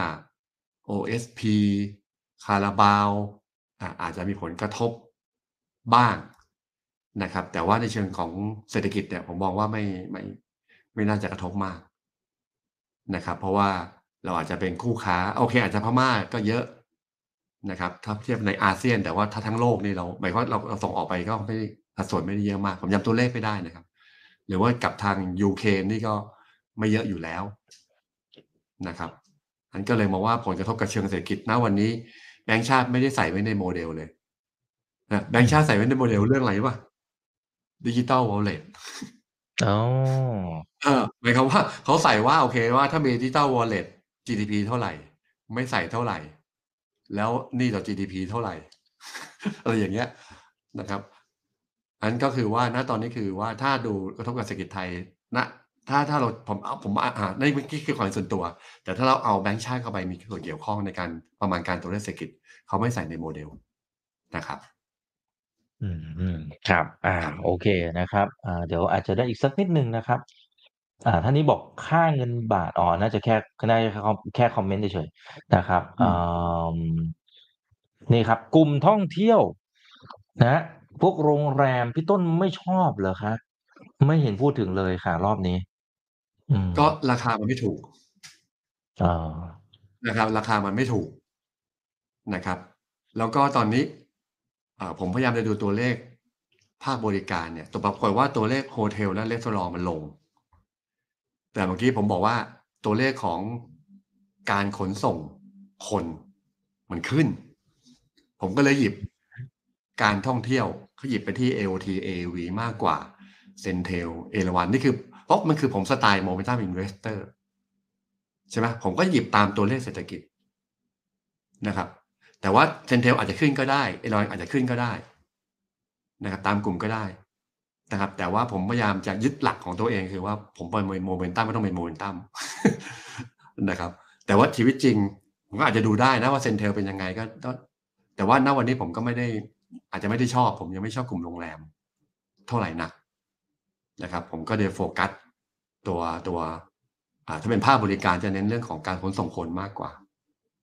C: OSP คาราบาวอาจจะมีผลกระทบบ้างนะครับแต่ว่าในเชิงของเศรษฐกิจเนี่ยผมมองว่าไม่น่าจะกระทบมากนะครับเพราะว่าเราอาจจะเป็นคู่ค้าโอเคอาจจะพม่าก็เยอะ นะครับถ้าเทียบในอาเซียนแต่ว่าถ้าทั้งโลกนี่เราหมายความว่าเราส่งออกไปก็ไม่ได้สัดส่วนไม่ได้เยอะมากผมจำตัวเลขไม่ได้นะครับหรือว่ากับทางยูเครนนี่ก็ไม่เยอะอยู่แล้วนะครับอันก็เลยมองว่าผลกระทบกับเชิงเศรษฐกิจณวันนี้แบงก์ชาติไม่ได้ใส่ไว้ในโมเดลเลยนะแบงก์ชาติใส่ไว้ในโมเดลเรื่องอะไรวะดิจิ t a ลวอลเล็ต
B: อ๋อ
C: หมายความว่าเขาใส่ว่าโอเคว่าถ้ามี Digital Wallet GDP เท่าไหร่ไม่ใส่เท่าไหร่แล้วหนี้ต่อ GDP เท่าไหร่ อะไรอย่างเงี้ยนะครับอันก็คือว่าณตอนนี้คือว่าถ้าดูกระทบกับเศรษฐกิจไทยณถ้าเราผมนี่เมื่อกี้คือความเห็นส่วนตัว แต่ถ้าเราเอาแบงก์ชาติเข้าไปมีส่วนเกี่ยวข้องในการประมาณการตัวเลขเศรษฐกิจเขาไม่ใส่ในโมเดลนะครับ
B: อืมครับโอ
C: ครับ
B: เคนะครับเดี๋ยวอาจจะได้อีกสักนิดหนึ่งนะครับท่านนี้บอกค่าเงินบาทน่าจะแค่คอมเมนต์เฉยๆนะครับ
C: อืม
B: มนี่ครับกลุ่มท่องเที่ยวนะครับพวกโรงแรมพี่ต้นไม่ชอบเหรอครับไม่เห็นพูดถึงเลยค่ะรอบนี้อืม
C: ก็ราคามันไม่ถูก
B: อา
C: นะครับราคามันไม่ถูก นะครับแล้วก็ตอนนี้ผมพยายามจะดูตัวเลขภาคบริการเนี่ยตัวปรากฏว่าตัวเลขโฮเทลและรีสอร์ทมันลงแต่เมื่อกี้ผมบอกว่าตัวเลขของการขนส่งคนมันขึ้นผมก็เลยหยิบการท่องเที่ยวเขาหยิบไปที่ AOT AAV มากกว่า Centel เอราวัณนี่คือเพราะมันคือผมสไตล์ Momentum Investor ใช่ไหมผมก็หยิบตามตัวเลขเศรษฐกิจนะครับแต่ว่าเซนเทลอาจจะขึ้นก็ได้เอรอยอาจจะขึ้นก็ได้นะครับตามกลุ่มก็ได้นะครับแต่ว่าผมพยายามจะยึดหลักของตัวเองคือว่าผมเป็นโมเมนตัมไม่ต้องเป็นโมเมนตัม นะครับแต่ว่าชีวิตจริงผมก็อาจจะดูได้นะว่าเซนเทลเป็นยังไงก็แต่ว่าณวันนี้ผมก็ไม่ได้อาจจะไม่ได้ชอบผมยังไม่ชอบกลุ่มโรงแรมเท่าไหร่นักนะครับผมก็เลยโฟกัสตัวถ้าเป็นภาคบริการจะเน้นเรื่องของการขนส่งคนมากกว่า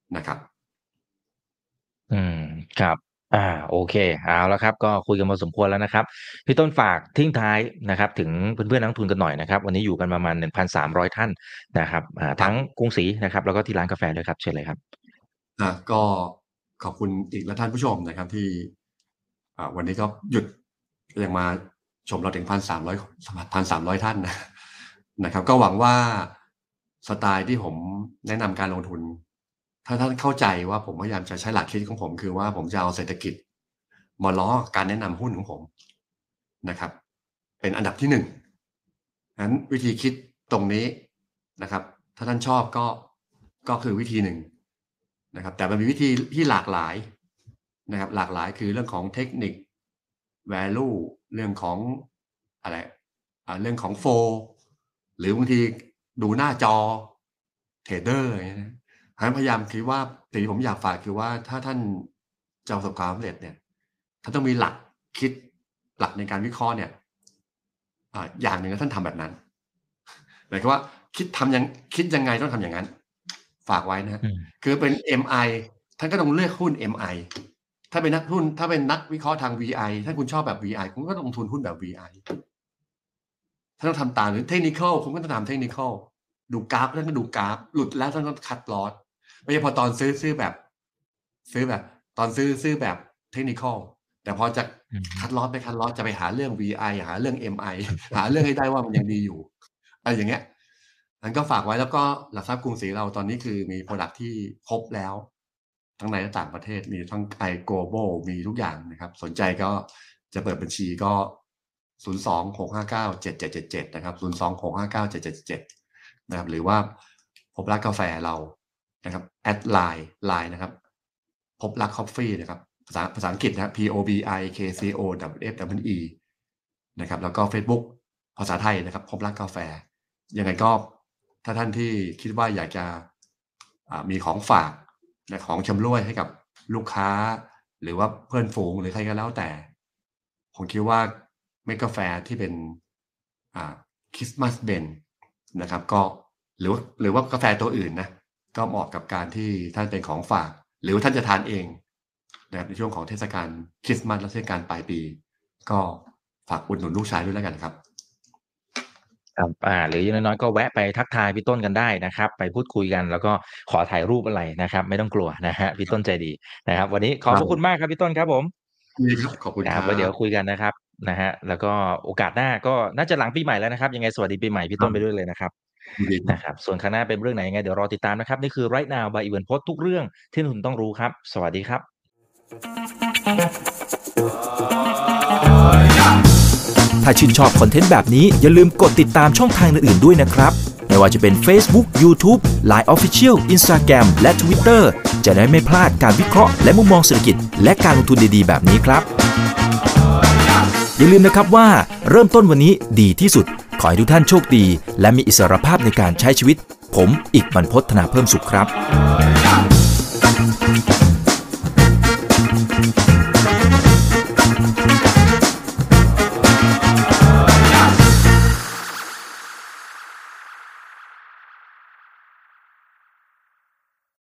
C: นะครับ
B: ครับโอเคเอาแล้วครับก็คุยกันมาสมควรแล้วนะครับพี่ต้นฝากทิ้งท้ายนะครับถึงเพื่อนๆนักลงทุนกันหน่อยนะครับวันนี้อยู่กันประมาณ 1,300 ท่านนะครับทั้งกรุงศรีนะครับแล้วก็ที่ร้านกาแฟด้วยครับเชิญเลยครับ
C: ก็ขอบคุณอีกและท่านผู้ชมนะครับที่วันนี้ก็หยุดยังมาชมเราถึง 1,300 ท่านนะครับก็หวังว่าสไตล์ที่ผมแนะนำการลงทุนถ้าท่านเข้าใจว่าผมพยายามจะใช้หลักคิดของผมคือว่าผมจะเอาเศรษฐกิจมาล้อการแนะนำหุ้นของผมนะครับเป็นอันดับที่1นั้นวิธีคิดตรงนี้นะครับถ้าท่านชอบก็คือวิธีหนึ่งนะครับแต่มันมีวิธีที่หลากหลายนะครับหลากหลายคือเรื่องของเทคนิค value เรื่องของอะไรเรื่องของโฟล์หรือบางทีดูหน้าจอเทรดเดอร์อย่างนี้นะพยายามคิดว่าสิ่งที่ผมอยากฝากคือว่าถ้าท่านจะประสบความสำเร็จเนี่ยท่านต้องมีหลักคิดหลักในการวิเคราะห์เนี่ยอย่างหนึ่งท่านทำแบบนั้นหมายความว่าคิดยังไงต้องทำอย่างนั้นฝากไว้นะคือเป็น MI ท่านก็ต้องเลือกหุ้น MI ถ้าเป็นนักหุ้นถ้าเป็นนักวิเคราะห์ทาง VI ถ้าคุณชอบแบบ VI คุณก็ต้องลงทุนหุ้นแบบ VI ท่านต้องทำตามหรือ Technical คุณก็ต้องทำ Technical ดูกราฟท่านก็ดูกราฟหลุดแล้วท่านก็คัดลอสไม่ใช่พอตอนซื้อแบบตอนซื้อแบบ Technical แต่พอจะคัดลอสไปคัดลอสจะไปหาเรื่อง VI หาเรื่อง MI หาเรื่องให้ได้ว่ามันยังดีอยู่อะไรอย่างเงี้ยอันก็ฝากไว้แล้วก็หลักทรัพย์กรุงศรีเราตอนนี้คือมี product ที่ครบแล้วทั้งในและต่างประเทศมีทั้ง iGlobal มีทุกอย่างนะครับสนใจก็จะเปิดบัญชีก็026597777นะครับ026597777นะครับหรือว่าพบรักกาแฟเรานะครับแอดไลน์นะครับพบรัก Coffee นะครับภาษาอังกฤษนะครับ POBIKCOFFE นะครับแล้วก็ Facebook ภาษาไทยนะครับพบรักกาแฟยังไงก็ถ้าท่านที่คิดว่าอยากจะมีของฝากและของชำร่วยให้กับลูกค้าหรือว่าเพื่อนฝูงหรือใครก็แล้วแต่ผมคิดว่าเมกาแฟที่เป็นคริสต์มาสเบนนะครับก็หรือว่ากาแฟตัวอื่นนะก็เหมาะกับการที่ท่านเป็นของฝากหรือว่าท่านจะทานเองนะครับในช่วงของเทศกาลคริสต์มาสและเทศกาลปลายปีก็ฝากอุดหนุนลูกชายด้วยแล้วกันครับ
B: หรืออย่างน้อยๆก็แวะไปทักทายพี่ต้นกันได้นะครับไปพูดคุยกันแล้วก็ขอถ่ายรูปอะไรนะครับไม่ต้องกลัวนะฮะพี่ต้นใจดีนะครับวันนี้ขอบพระคุณมากครับพี่ต้นครับผม
C: ดีครับขอบคุณครับ
B: ไว้เดี๋ยวคุยกันนะครับนะฮะแล้วก็โอกาสหน้าก็น่าจะหลังปีใหม่แล้วนะครับยังไงสวัสดีปีใหม่พี่ต้นไปด้วยเลยนะครับนะครับส่วนข้างหน้าเป็นเรื่องไหนยังไงเดี๋ยวรอติดตามนะครับนี่คือ Right Now by อีเวนต์โพสต์ทุกเรื่องที่คุณต้องรู้ครับสวัสดีครับ
D: ถ้าชื่นชอบคอนเทนต์แบบนี้อย่าลืมกดติดตามช่องทางอื่นๆด้วยนะครับไม่ว่าจะเป็น Facebook, YouTube, Line Official, Instagram และ Twitter จะได้ไม่พลาดการวิเคราะห์และมุมมองเศรษฐกิจและการลงทุนดีๆแบบนี้ครับอย่าลืมนะครับว่าเริ่มต้นวันนี้ดีที่สุดขอให้ทุกท่านโชคดีและมีอิสรภาพในการใช้ชีวิตผมอีกบรรพต ธนาเพิ่มสุขครับ